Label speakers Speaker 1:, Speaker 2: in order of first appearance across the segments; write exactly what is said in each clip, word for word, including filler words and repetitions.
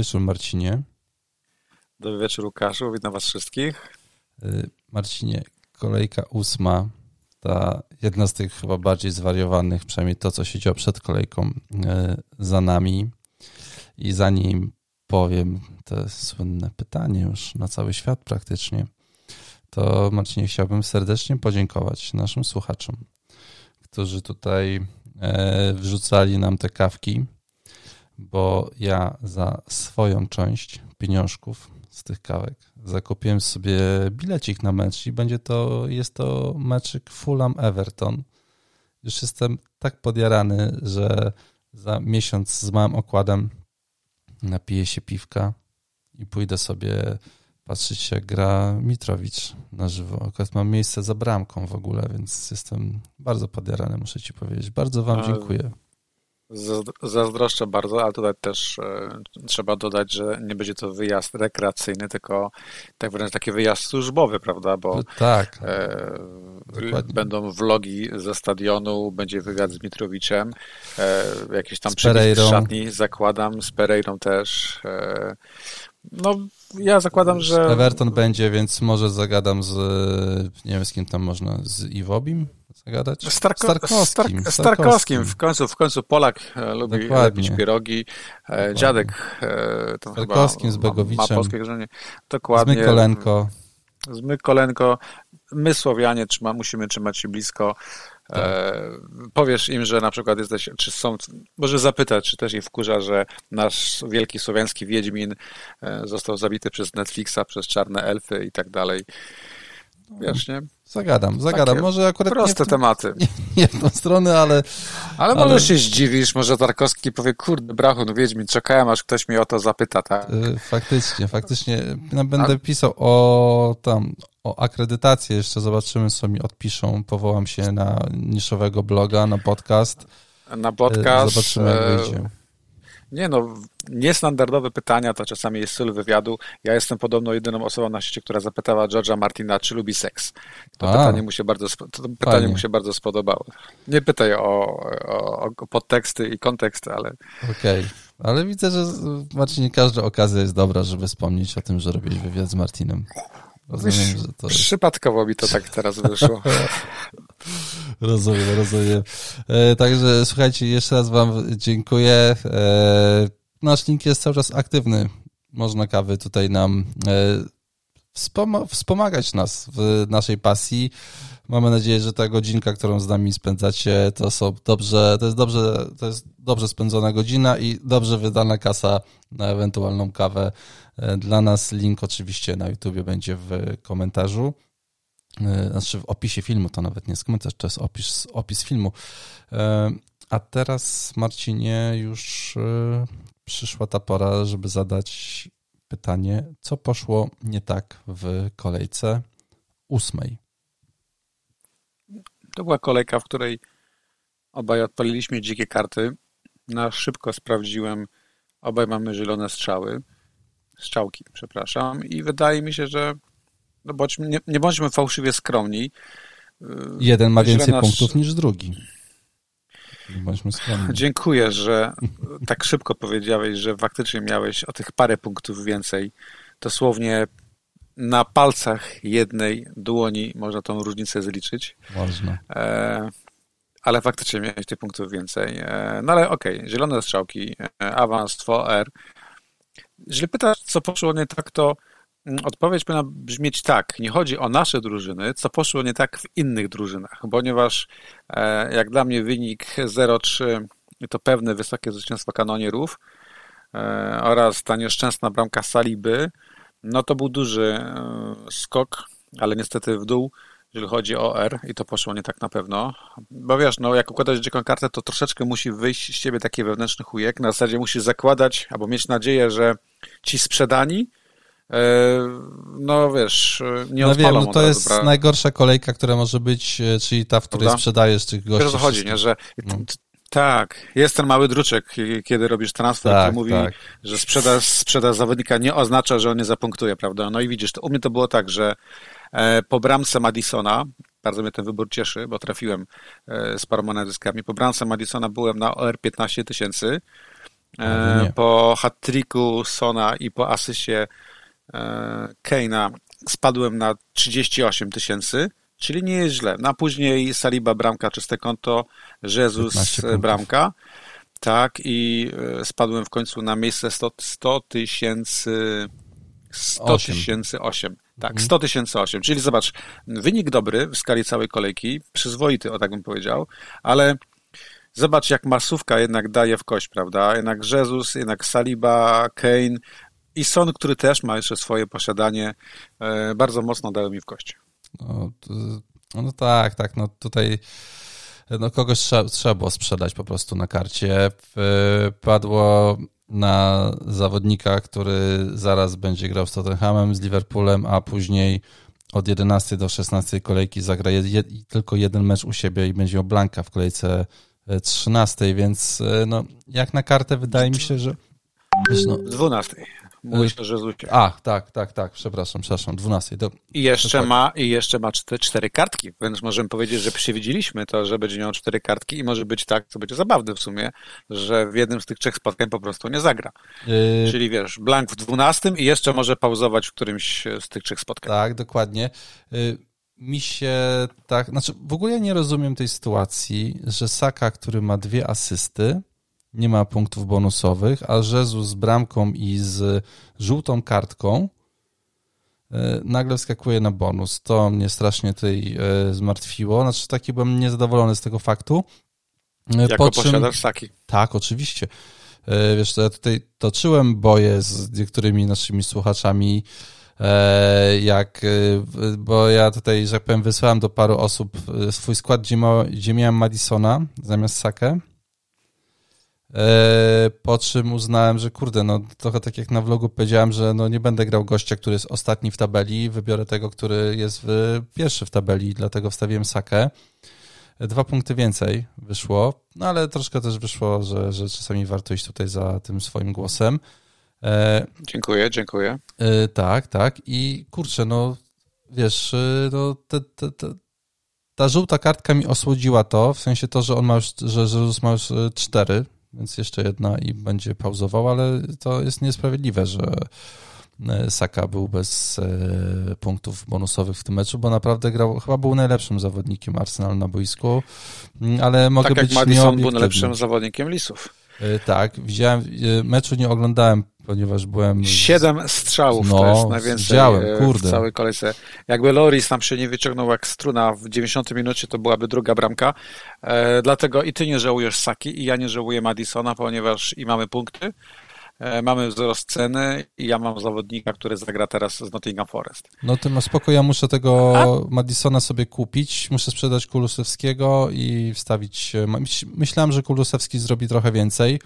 Speaker 1: wieczór, Marcinie.
Speaker 2: Dobry wieczór, Łukaszu. Witam was wszystkich.
Speaker 1: Marcinie, kolejka ósma, ta jedna z tych chyba bardziej zwariowanych, przynajmniej to, co się działo przed kolejką, za nami. I zanim powiem to słynne pytanie już na cały świat praktycznie, to Marcinie, chciałbym serdecznie podziękować naszym słuchaczom, którzy tutaj wrzucali nam te kawki, bo ja za swoją część pieniążków z tych kawek zakupiłem sobie bilecik na mecz i będzie to, jest to meczyk Fulham-Everton. Już jestem tak podjarany, że za miesiąc z małym okładem napiję się piwka i pójdę sobie patrzeć, jak gra Mitrowicz na żywo. Akurat mam miejsce za bramką w ogóle, więc jestem bardzo podjarany, muszę ci powiedzieć. Bardzo wam dziękuję.
Speaker 2: Zazdroszczę bardzo, ale tutaj też e, trzeba dodać, że nie będzie to wyjazd rekreacyjny, tylko tak wręcz taki wyjazd służbowy, prawda? Bo
Speaker 1: tak,
Speaker 2: e, będą vlogi ze stadionu, będzie wywiad z Mitrowiczem, e, jakieś tam przybiski z szatni, zakładam, z Pereirą też. E, no, ja zakładam, że...
Speaker 1: Everton będzie, więc może zagadam z, nie wiem z kim tam można, z Iwobim zagadać?
Speaker 2: Starko- Starkowskim. Stark- Starkowskim. W końcu, w końcu Polak e, lubi
Speaker 1: Dokładnie.
Speaker 2: lepić pierogi. E, dziadek e, to
Speaker 1: Starkowskim,
Speaker 2: chyba
Speaker 1: z Begowiczem.
Speaker 2: Ma, ma polskie korzenie. Dokładnie.
Speaker 1: Z Mykolenko.
Speaker 2: Z Mykolenko. My Słowianie trzyma, musimy trzymać się blisko. Tak. E, powiesz im, że na przykład jesteś, czy są, może zapytać, czy też ich wkurza, że nasz wielki słowiański Wiedźmin e, został zabity przez Netflixa, przez czarne elfy i tak dalej. Wiesz, nie?
Speaker 1: Zagadam, zagadam.
Speaker 2: Takie
Speaker 1: może akurat
Speaker 2: proste
Speaker 1: nie w,
Speaker 2: tematy.
Speaker 1: Nie, nie w tą stronę, ale...
Speaker 2: Ale może ale... się zdziwisz, może Tarkowski powie, kurde, brachu, no Wiedźmin, czekałem, aż ktoś mnie o to zapyta, tak?
Speaker 1: Faktycznie, faktycznie. Ja będę A... pisał o tam, o akredytację, jeszcze zobaczymy, co mi odpiszą. Powołam się na niszowego bloga, na podcast.
Speaker 2: Na podcast.
Speaker 1: Zobaczymy, jak wyjdzie.
Speaker 2: Nie no, niestandardowe pytania, to czasami jest styl wywiadu. Ja jestem podobno jedyną osobą na świecie, która zapytała George'a Martina, czy lubi seks. To, A, pytanie, mu się bardzo, to pytanie mu się bardzo spodobało. Nie pytaj o, o, o podteksty i konteksty, ale...
Speaker 1: Okej, okay. Ale widzę, że Marcinie, każda okazja jest dobra, żeby wspomnieć o tym, że robiłeś wywiad z Martinem.
Speaker 2: Rozumiem, Wiesz, że to jest... Przypadkowo mi to tak teraz wyszło.
Speaker 1: Rozumiem, rozumiem. E, także słuchajcie, jeszcze raz wam dziękuję. E, nasz link jest cały czas aktywny. Można kawy tutaj nam e, wspom- wspomagać nas w naszej pasji. Mamy nadzieję, że ta godzinka, którą z nami spędzacie, to są dobrze, to jest dobrze, to jest dobrze spędzona godzina i dobrze wydana kasa na ewentualną kawę. Dla nas link oczywiście na YouTubie będzie w komentarzu. Znaczy w opisie filmu, to nawet nie jest komentarz, to jest opis, opis filmu. A teraz, Marcinie, już przyszła ta pora, żeby zadać pytanie, co poszło nie tak w kolejce ósmej?
Speaker 2: To była kolejka, w której obaj odpaliliśmy dzikie karty. Na szybko sprawdziłem, obaj mamy zielone strzały. Strzałki, przepraszam. I wydaje mi się, że no bądźmy, nie, nie bądźmy fałszywie skromni.
Speaker 1: Jeden ma więcej Zielona... punktów niż drugi. Nie bądźmy skromni.
Speaker 2: Dziękuję, że tak szybko powiedziałeś, że faktycznie miałeś o tych parę punktów więcej. Dosłownie na palcach jednej dłoni można tą różnicę zliczyć.
Speaker 1: Można.
Speaker 2: E, ale faktycznie miałeś tych punktów więcej. E, no ale okej, okay. Zielone strzałki, e, awans, V R. Jeżeli pytasz, co poszło nie tak, to odpowiedź powinna brzmieć tak. Nie chodzi o nasze drużyny, co poszło nie tak w innych drużynach, ponieważ e, jak dla mnie wynik zero trzy to pewne wysokie zwycięstwo kanonierów e, oraz ta nieszczęsna bramka Saliby, no to był duży e, skok, ale niestety w dół, jeżeli chodzi o R i to poszło nie tak na pewno. Bo wiesz, no jak układasz dziką kartę, to troszeczkę musi wyjść z ciebie taki wewnętrzny chujek. Na zasadzie musisz zakładać albo mieć nadzieję, że ci sprzedani no wiesz, nie odpalą.
Speaker 1: No wiem, no to jest razu, najgorsza kolejka, która może być, czyli ta, w której Prawda? sprzedajesz tych gości.
Speaker 2: Wiesz o co chodzi, nie? Że no. Tak, jest ten mały druczek, kiedy robisz transfer,
Speaker 1: tak,
Speaker 2: który mówi,
Speaker 1: tak.
Speaker 2: że sprzedaż, sprzedaż zawodnika nie oznacza, że on nie zapunktuje, prawda? No i widzisz, to u mnie to było tak, że po bramce Madisona, bardzo mnie ten wybór cieszy, bo trafiłem z paroma nazyskami, po bramce Madisona byłem na O R piętnaście tysięcy, e, po hat-tricku Sona i po asyście e, Kane'a spadłem na trzydzieści osiem tysięcy, czyli nie jest źle. No a później Saliba bramka, czyste konto, Jesus bramka. Tak, i spadłem w końcu na miejsce sto tysięcy sto tysięcy osiem. Tak, sto tysięcy osiem. Czyli zobacz, wynik dobry w skali całej kolejki, przyzwoity, o tak bym powiedział, ale zobacz, jak masówka jednak daje w kość, prawda? Jednak Jesus, jednak Saliba, Kane i Son, który też ma jeszcze swoje posiadanie, bardzo mocno dają mi w kość.
Speaker 1: No, no tak, tak, no tutaj no kogoś trzeba, trzeba było sprzedać po prostu na karcie. Padło na zawodnika, który zaraz będzie grał z Tottenhamem, z Liverpoolem, a później od jedenastej do szesnastej kolejki zagra jed, tylko jeden mecz u siebie i będzie miał blanka w kolejce trzynastej, więc no, jak na kartę wydaje mi się, że... Wiesz, no,
Speaker 2: dwunastej. Mówisz o Jezusie.
Speaker 1: A, tak, tak, tak, przepraszam, przepraszam, dwunastej. Do...
Speaker 2: I jeszcze ma, i jeszcze ma cztery, cztery kartki, więc możemy powiedzieć, że przewidzieliśmy to, że będzie miał cztery kartki i może być tak, co będzie zabawne w sumie, że w jednym z tych trzech spotkań po prostu nie zagra. Yy... Czyli wiesz, blank w dwunastym i jeszcze może pauzować w którymś z tych trzech spotkań.
Speaker 1: Tak, dokładnie. Yy... Mi się tak, znaczy w ogóle ja nie rozumiem tej sytuacji, że Saka, który ma dwie asysty, nie ma punktów bonusowych, a Jesus z bramką i z żółtą kartką nagle wskakuje na bonus. To mnie strasznie tutaj zmartwiło. Znaczy taki byłem niezadowolony z tego faktu.
Speaker 2: Jako po czym, posiadasz Saki.
Speaker 1: Tak, oczywiście. Wiesz, to ja tutaj toczyłem boje z niektórymi naszymi słuchaczami, jak, bo ja tutaj, że tak powiem, wysłałem do paru osób swój skład, gdzie, ma, gdzie miałem Madisona zamiast Sakę. Po czym uznałem, że kurde, no trochę tak jak na vlogu powiedziałem, że no nie będę grał gościa, który jest ostatni w tabeli, wybiorę tego, który jest w, pierwszy w tabeli, dlatego wstawiłem Sakę. Dwa punkty więcej wyszło, no ale troszkę też wyszło, że, że czasami warto iść tutaj za tym swoim głosem.
Speaker 2: Dziękuję, dziękuję.
Speaker 1: Tak, tak i kurczę, no wiesz, no te, te, te, ta żółta kartka mi osłodziła to, w sensie to, że on ma już, że Jesus ma już cztery, więc jeszcze jedna i będzie pauzował, ale to jest niesprawiedliwe, że Saka był bez punktów bonusowych w tym meczu, bo naprawdę grał, chyba był najlepszym zawodnikiem Arsenal na boisku, ale mogę
Speaker 2: tak
Speaker 1: być
Speaker 2: jak Madison był najlepszym zawodnikiem Lisów.
Speaker 1: Tak, widziałem, meczu nie oglądałem, ponieważ byłem...
Speaker 2: Siedem strzałów,
Speaker 1: no,
Speaker 2: to jest najwięcej
Speaker 1: widziałem, kurde.
Speaker 2: w całej kolejce. Jakby Loris tam się nie wyciągnął jak struna w dziewięćdziesiątej minucie, to byłaby druga bramka. E, dlatego i ty nie żałujesz Saki, i ja nie żałuję Madisona, ponieważ i mamy punkty, e, mamy wzrost ceny i ja mam zawodnika, który zagra teraz z Nottingham Forest.
Speaker 1: No to ma spoko, ja muszę tego A? Madisona sobie kupić, muszę sprzedać Kulusewskiego i wstawić... Myślałem, że Kulusewski zrobi trochę więcej,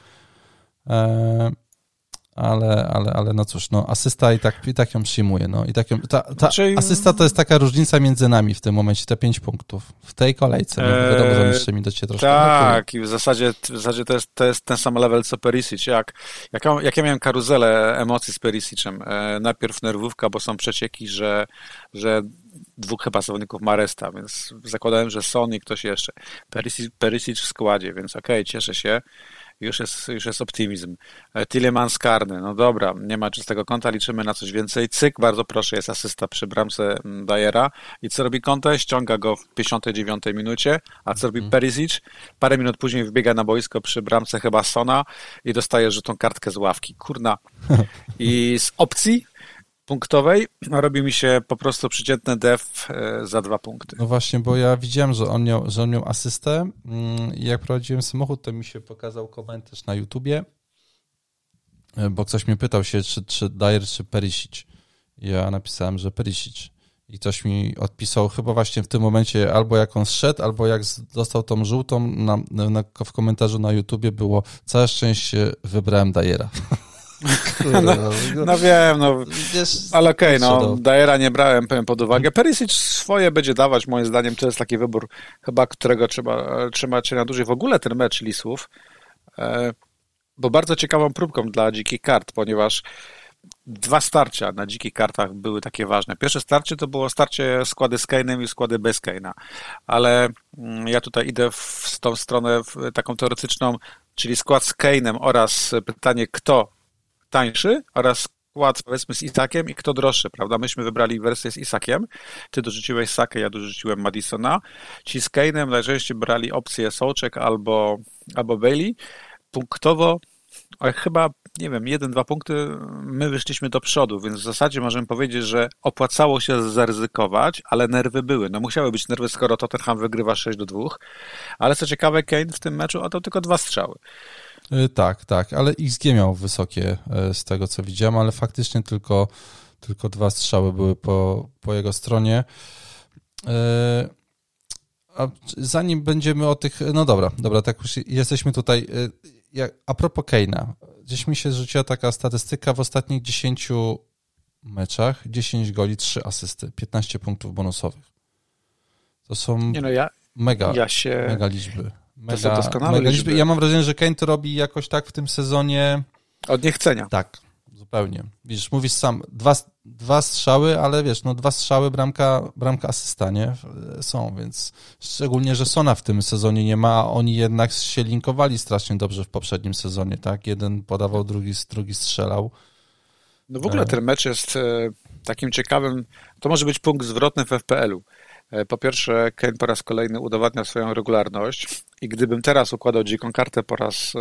Speaker 1: e, ale, ale, ale no cóż, no asysta i tak, i tak ją przyjmuje. No, i tak ją, ta ta znaczy... asysta to jest taka różnica między nami w tym momencie, te pięć punktów. W tej kolejce, no, wiadomo, że jeszcze mi do ciebie troszkę.
Speaker 2: Tak, i w zasadzie, w zasadzie to, jest, to jest ten sam level co Perisic. Jak, jak, ja, jak ja miałem karuzelę emocji z Perisicem. E, najpierw nerwówka, bo są przecieki, że, że dwóch chyba zawodników ma resta, więc zakładałem, że Son i ktoś jeszcze. Perisic, Perisic w składzie, więc okej, okay, cieszę się. Już jest, już jest optymizm. Tillemans karny, no dobra, nie ma czystego konta, liczymy na coś więcej. Cyk, bardzo proszę, jest asysta przy bramce Dyera. I co robi Conte? Ściąga go w pięćdziesiątej dziewiątej minucie, a co robi Perisic? Parę minut później wbiega na boisko przy bramce chyba Sona i dostaje żółtą kartkę z ławki. Kurna. I z opcji punktowej robi mi się po prostu przeciętny def za dwa punkty.
Speaker 1: No właśnie, bo ja widziałem, że on miał, że on miał asystę i jak prowadziłem samochód, to mi się pokazał komentarz na YouTubie, bo ktoś mnie pytał się, czy, czy Dyer, czy Perisic. Ja napisałem, że Perisic. I ktoś mi odpisał chyba właśnie w tym momencie albo jak on zszedł, albo jak dostał tą żółtą, na, na, w komentarzu na YouTubie było całe szczęście wybrałem Dyera.
Speaker 2: No, no wiem, no, ale okej, okay, no, Dyera nie brałem pod uwagę. Perisic swoje będzie dawać, moim zdaniem to jest taki wybór chyba, którego trzeba trzymać się na dłużej. W ogóle ten mecz Lisów, bo bardzo ciekawą próbką dla dzikich kart, ponieważ dwa starcia na dzikich kartach były takie ważne. Pierwsze starcie to było starcie składy z Kane'em i składy bez Kane'a, ale ja tutaj idę w tą stronę w taką teoretyczną, czyli skład z Kane'em oraz pytanie, kto tańszy, oraz skład, powiedzmy, z Isakiem i kto droższy, prawda? Myśmy wybrali wersję z Isakiem, ty dorzuciłeś Sakę, ja dorzuciłem Madisona. Ci z Kane'em najczęściej brali opcję Souček albo, albo Bailey. Punktowo, ale chyba, nie wiem, jeden, dwa punkty my wyszliśmy do przodu, więc w zasadzie możemy powiedzieć, że opłacało się zaryzykować, ale nerwy były. No musiały być nerwy, skoro Tottenham wygrywa sześć do dwóch, ale co ciekawe, Kane w tym meczu oddał tylko dwa strzały.
Speaker 1: Tak, tak, ale X G miał wysokie z tego, co widziałem, ale faktycznie tylko, tylko dwa strzały były po, po jego stronie. A zanim będziemy o tych... No dobra, dobra, tak już jesteśmy tutaj. A propos Kane'a, gdzieś mi się rzuciła taka statystyka w ostatnich dziesięciu meczach, dziesięć goli, trzy asysty, piętnaście punktów bonusowych. To są
Speaker 2: Nie no, ja,
Speaker 1: mega,
Speaker 2: ja się...
Speaker 1: mega liczby. Mega,
Speaker 2: to są doskonałe
Speaker 1: mega
Speaker 2: liczby.
Speaker 1: liczby. Ja mam wrażenie, że Kane to robi jakoś tak w tym sezonie...
Speaker 2: Od niechcenia.
Speaker 1: Tak, zupełnie. Widzisz, mówisz sam, dwa, dwa strzały, ale wiesz, no dwa strzały, bramka, bramka asysta, nie? Są, więc szczególnie, że Sona w tym sezonie nie ma, a oni jednak się linkowali strasznie dobrze w poprzednim sezonie, tak? Jeden podawał, drugi, drugi strzelał.
Speaker 2: No w ogóle ten mecz jest takim ciekawym, to może być punkt zwrotny w F P L-u. Po pierwsze, Kane po raz kolejny udowadnia swoją regularność i gdybym teraz układał dziką kartę po raz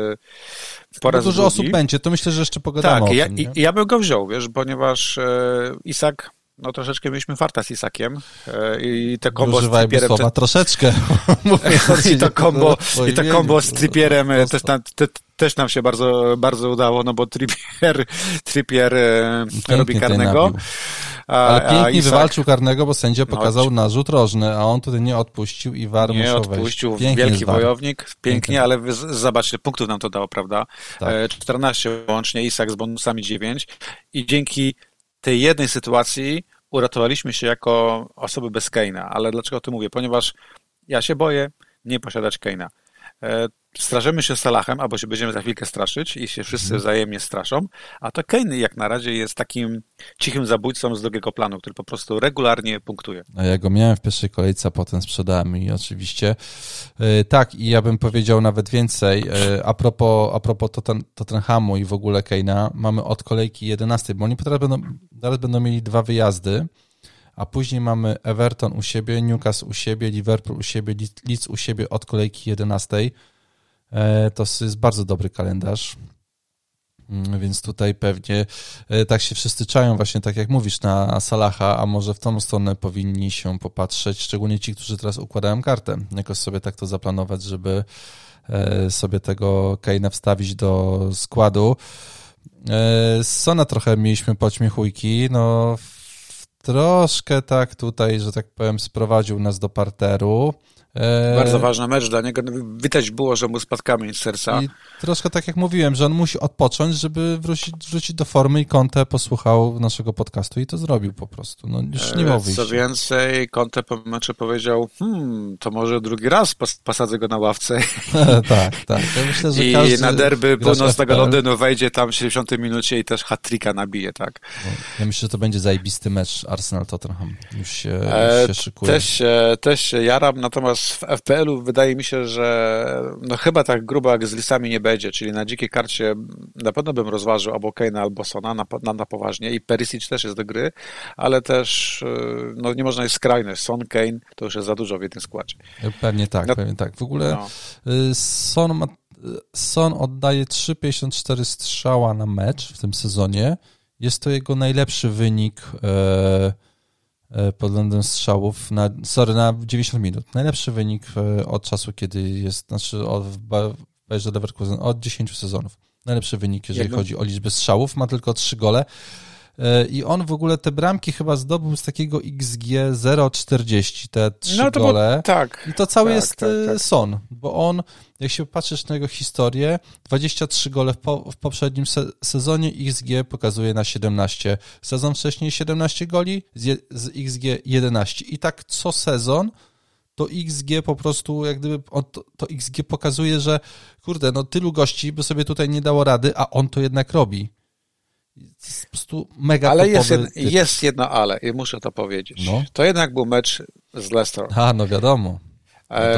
Speaker 2: po raz
Speaker 1: dużo
Speaker 2: drugi,
Speaker 1: osób będzie, to myślę, że jeszcze pogadamy
Speaker 2: tak,
Speaker 1: o
Speaker 2: ja,
Speaker 1: tym. Tak,
Speaker 2: i ja bym go wziął, wiesz, ponieważ e, Isak, no troszeczkę mieliśmy farta z Isakiem e, i te kombo z Trippierem...
Speaker 1: słowa te... troszeczkę.
Speaker 2: I to kombo, i to kombo z Trippierem też, nam, te, też nam się bardzo, bardzo udało, no bo Trippier, Trippier e, robi karnego.
Speaker 1: A, Ale pięknie
Speaker 2: Isak...
Speaker 1: wywalczył karnego, bo sędzia pokazał no, narzut rożny, a on tutaj nie odpuścił i war
Speaker 2: nie
Speaker 1: musiał
Speaker 2: odpuścił,
Speaker 1: wejść.
Speaker 2: Wielki wojownik, pięknie, pięknie, ale wy, zobaczcie, punktów nam to dało, prawda? Tak. czternaście łącznie, Isak z bonusami dziewięć i dzięki tej jednej sytuacji uratowaliśmy się jako osoby bez Kane'a. Ale dlaczego o tym mówię? Ponieważ ja się boję nie posiadać Kane'a. Straszymy się Salahem, albo się będziemy za chwilkę straszyć i się wszyscy hmm. wzajemnie straszą, a to Kane jak na razie jest takim cichym zabójcą z drugiego planu, który po prostu regularnie punktuje.
Speaker 1: A ja go miałem w pierwszej kolejce, a potem sprzedałem i oczywiście yy, tak, i ja bym powiedział nawet więcej, yy, a propos, a propos Totten, Tottenhamu i w ogóle Kane'a, mamy od kolejki jedenastej, bo oni teraz będą, teraz będą mieli dwa wyjazdy, a później mamy Everton u siebie, Newcastle u siebie, Liverpool u siebie, Leeds u siebie od kolejki jedenastej. To jest bardzo dobry kalendarz, więc tutaj pewnie tak się wszyscy czają właśnie, tak jak mówisz, na Salaha, a może w tą stronę powinni się popatrzeć, szczególnie ci, którzy teraz układają kartę, jakoś sobie tak to zaplanować, żeby sobie tego Kane'a wstawić do składu. Z Sona trochę mieliśmy podśmiechujki, no troszkę tak tutaj, że tak powiem, sprowadził nas do parteru.
Speaker 2: Bardzo ważny mecz dla niego. Widać było, że mu spadł kamień z serca.
Speaker 1: I troszkę tak jak mówiłem, że on musi odpocząć, żeby wrócić, wrócić do formy i Conte posłuchał naszego podcastu i to zrobił po prostu. No już nie miał wyjścia.
Speaker 2: Co więcej, Conte po meczu powiedział, hmm, to może drugi raz posadzę go na ławce.
Speaker 1: tak, tak. Ja myślę, że
Speaker 2: I na derby północnego Londynu wejdzie tam w siedemdziesiątej minucie i też hat-tricka nabije, tak?
Speaker 1: Ja myślę, że to będzie zajebisty mecz Arsenal-Tottenham. Już się,
Speaker 2: e,
Speaker 1: już się szykuje.
Speaker 2: Też, też się jaram, natomiast w F P L-u wydaje mi się, że no chyba tak grubo jak z Lisami nie będzie, czyli na dzikiej karcie na pewno bym rozważył albo Kane'a, albo Sona na, na, na poważnie i Perisic też jest do gry, ale też no nie można jest skrajność. Son, Kane to już jest za dużo w jednym składzie.
Speaker 1: Pewnie tak, no, pewnie tak. W ogóle no. Son, ma, Son oddaje trzy przecinek pięćdziesiąt cztery strzała na mecz w tym sezonie. Jest to jego najlepszy wynik e, pod względem strzałów na, sorry, na dziewięćdziesiąt minut. Najlepszy wynik od czasu, kiedy jest, znaczy od, w Bayerze Leverkusen od dziesięciu sezonów. Najlepszy wynik, jeżeli Jakby... chodzi o liczbę strzałów. Ma tylko trzy gole. I on w ogóle te bramki chyba zdobył z takiego X G zero przecinek czterdzieści, te trzy
Speaker 2: no to
Speaker 1: gole.
Speaker 2: Bo, tak.
Speaker 1: I to cały
Speaker 2: tak,
Speaker 1: jest
Speaker 2: tak, tak.
Speaker 1: Son, bo on, jak się patrzysz na jego historię, dwadzieścia trzy gole w, po, w poprzednim se, sezonie, X G pokazuje na siedemnaście. Sezon wcześniej siedemnaście goli, z, z X G jedenaście. I tak co sezon to X G po prostu, jak gdyby on, to, to X G pokazuje, że kurde, no tylu gości by sobie tutaj nie dało rady, a on to jednak robi. Jest po prostu mega
Speaker 2: ale jest, jed, jest jedno ale i muszę to powiedzieć. No. To jednak był mecz z Leicester.
Speaker 1: A, no wiadomo. wiadomo.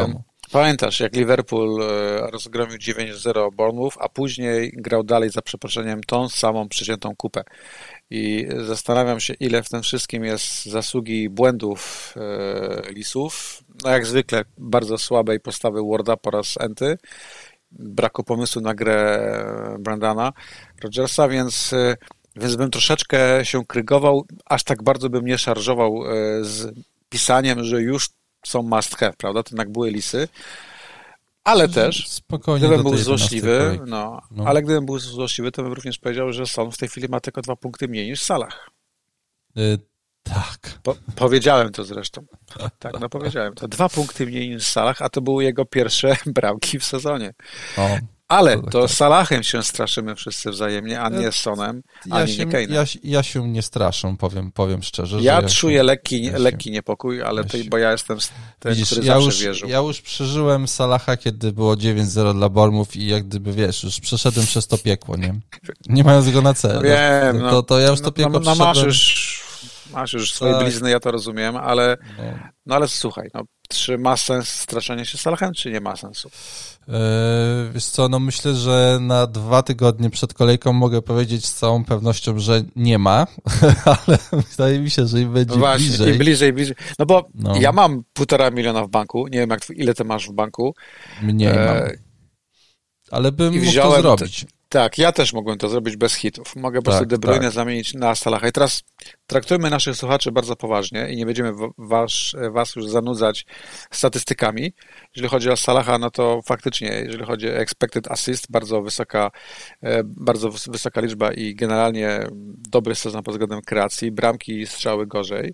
Speaker 2: Pamiętasz, jak Liverpool rozgromił dziewięć zero Bournemouth, a później grał dalej za przeproszeniem tą samą przyciętą kupę. I zastanawiam się, ile w tym wszystkim jest zasługi błędów e, Lisów. No jak zwykle bardzo słabej postawy Warda po raz enty, braku pomysłu na grę Brandana Rodgersa, więc, więc bym troszeczkę się krygował, aż tak bardzo bym nie szarżował e, z pisaniem, że już są must have, prawda? To jednak były Lisy. Ale też,
Speaker 1: spokojnie
Speaker 2: gdybym był złośliwy, no,
Speaker 1: no.
Speaker 2: ale gdybym był złośliwy, to bym również powiedział, że Son w tej chwili ma tylko dwa punkty mniej niż Salah.
Speaker 1: Yy, tak.
Speaker 2: Po, powiedziałem to zresztą. Tak, no powiedziałem to. Dwa punkty mniej niż Salah, a to były jego pierwsze bramki w sezonie. O. Ale to, tak, to tak. Salahem się straszymy wszyscy wzajemnie, a nie Sonem,
Speaker 1: ja
Speaker 2: ani
Speaker 1: się,
Speaker 2: nie Kane'em.
Speaker 1: Ja, ja się nie straszę, powiem, powiem szczerze.
Speaker 2: Ja,
Speaker 1: ja
Speaker 2: czuję
Speaker 1: się,
Speaker 2: lekki,
Speaker 1: ja
Speaker 2: lekki
Speaker 1: się,
Speaker 2: niepokój, ale
Speaker 1: ja
Speaker 2: to,
Speaker 1: się,
Speaker 2: bo ja jestem ten,
Speaker 1: widzisz,
Speaker 2: który
Speaker 1: ja
Speaker 2: zawsze
Speaker 1: już,
Speaker 2: wierzył.
Speaker 1: Ja już przeżyłem Salaha, kiedy było dziewięć zero dla Bournemouth i jak gdyby, wiesz, już przeszedłem przez to piekło, nie? Nie mając go na cel.
Speaker 2: No wiem,
Speaker 1: no,
Speaker 2: no,
Speaker 1: to, to ja już to piekło
Speaker 2: no, no,
Speaker 1: przeszedłem.
Speaker 2: Masz już, masz już swoje tak. blizny, ja to rozumiem, ale no, no ale słuchaj, no, czy ma sens straszenie się Salahem, czy nie ma sensu?
Speaker 1: Yy, wiesz co, no myślę, że na dwa tygodnie przed kolejką mogę powiedzieć z całą pewnością, że nie ma, ale wydaje mi się, że im będzie
Speaker 2: no właśnie,
Speaker 1: bliżej.
Speaker 2: Im bliżej, bliżej. No bo
Speaker 1: no.
Speaker 2: ja mam półtora miliona w banku, nie wiem jak, ile ty masz w banku.
Speaker 1: Mniej e... mam. Ale bym mógł to zrobić.
Speaker 2: Te... Tak, ja też mogłem to zrobić bez hitów. Mogę po prostu tak, De Bruyne tak. zamienić na Salaha. I teraz traktujmy naszych słuchaczy bardzo poważnie i nie będziemy was, was już zanudzać statystykami. Jeżeli chodzi o Salaha, no to faktycznie, jeżeli chodzi o expected assist, bardzo wysoka, bardzo wysoka liczba i generalnie dobry sezon pod względem kreacji. Bramki i strzały gorzej.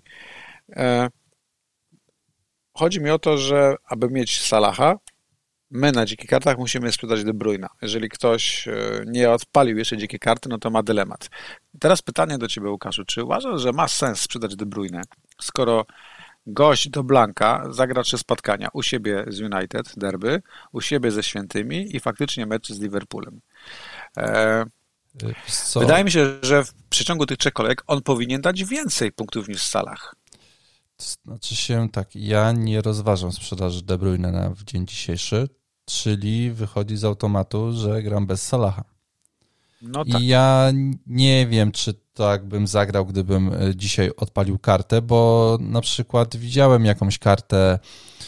Speaker 2: Chodzi mi o to, że aby mieć Salaha, my na dzikich kartach musimy sprzedać De Bruyna. Jeżeli ktoś nie odpalił jeszcze dzikie karty, no to ma dylemat. Teraz pytanie do ciebie, Łukaszu. Czy uważasz, że ma sens sprzedać De Bruyne, skoro gość do Blanka zagra trzy spotkania u siebie z United, derby, u siebie ze Świętymi i faktycznie mecz z Liverpoolem? E, wydaje mi się, że w przeciągu tych trzech kolejek on powinien dać więcej punktów niż Salah.
Speaker 1: Znaczy się tak, ja nie rozważam sprzedaży De Bruyne na w dzień dzisiejszy, czyli wychodzi z automatu, że gram bez Salaha.
Speaker 2: No tak.
Speaker 1: I ja nie wiem, czy tak bym zagrał, gdybym dzisiaj odpalił kartę, bo na przykład widziałem jakąś kartę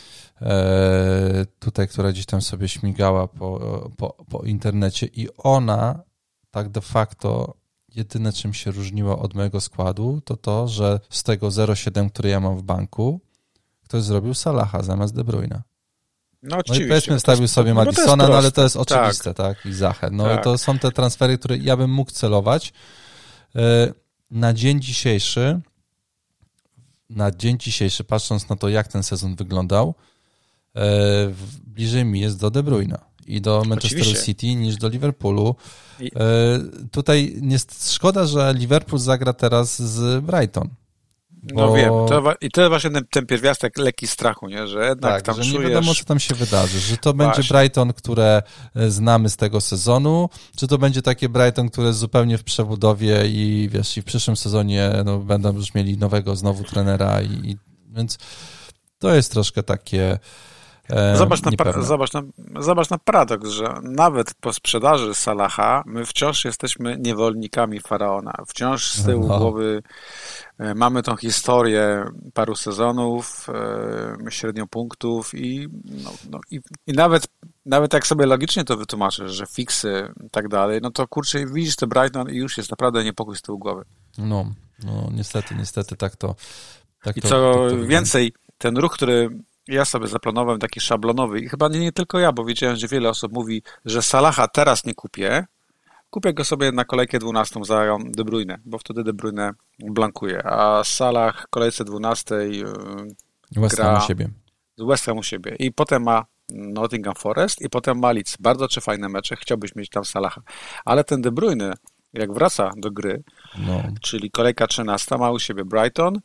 Speaker 1: e, tutaj, która gdzieś tam sobie śmigała po, po, po internecie i ona tak de facto jedyne, czym się różniło od mojego składu, to to, że z tego zero przecinek siedem, który ja mam w banku, ktoś zrobił Salaha zamiast De Bruyna.
Speaker 2: No,
Speaker 1: no i powiedzmy, wstawił sobie
Speaker 2: no,
Speaker 1: Madisona, no ale to jest oczywiste, tak, tak? I Zachę. No
Speaker 2: tak.
Speaker 1: to są te transfery, które ja bym mógł celować. Na dzień dzisiejszy, na dzień dzisiejszy, patrząc na to, jak ten sezon wyglądał, bliżej mi jest do De Bruyna i do Manchesteru Oczywiście. City niż do Liverpoolu. I... Tutaj jest szkoda, że Liverpool zagra teraz z Brighton.
Speaker 2: Bo... No wiem, to, i to jest właśnie ten, ten pierwiastek lekki strachu, nie? Że jednak
Speaker 1: tak,
Speaker 2: tam
Speaker 1: że
Speaker 2: czujesz...
Speaker 1: nie wiadomo, co tam się wydarzy, że to właśnie. Będzie Brighton, które znamy z tego sezonu, czy to będzie takie Brighton, które jest zupełnie w przebudowie i wiesz, i w przyszłym sezonie no, będą już mieli nowego znowu trenera i, i więc to jest troszkę takie
Speaker 2: Zobacz na, zobacz, na, zobacz na paradoks, że nawet po sprzedaży Salaha my wciąż jesteśmy niewolnikami Faraona. Wciąż z tyłu no. głowy mamy tą historię paru sezonów, średnią punktów i, no, no, i, i nawet, nawet jak sobie logicznie to wytłumaczysz, że fiksy i tak dalej, no to kurczę, widzisz te Brighton i już jest naprawdę niepokój z tyłu głowy.
Speaker 1: No, no niestety, niestety tak to tak
Speaker 2: I
Speaker 1: to,
Speaker 2: co
Speaker 1: tak to
Speaker 2: więcej, ten ruch, który ja sobie zaplanowałem taki szablonowy i chyba nie, nie tylko ja, bo wiedziałem, że wiele osób mówi, że Salaha teraz nie kupię, kupię go sobie na kolejkę dwunastą za De Bruyne, bo wtedy De Bruyne blankuje, a Salah w kolejce dwunastej
Speaker 1: West Ham u siebie.
Speaker 2: West Ham u siebie i potem ma Nottingham Forest i potem ma Leeds. Bardzo trzy fajne mecze, chciałbyś mieć tam Salaha, ale ten De Bruyne jak wraca do gry, no. czyli kolejka trzynasta ma u siebie Brighton,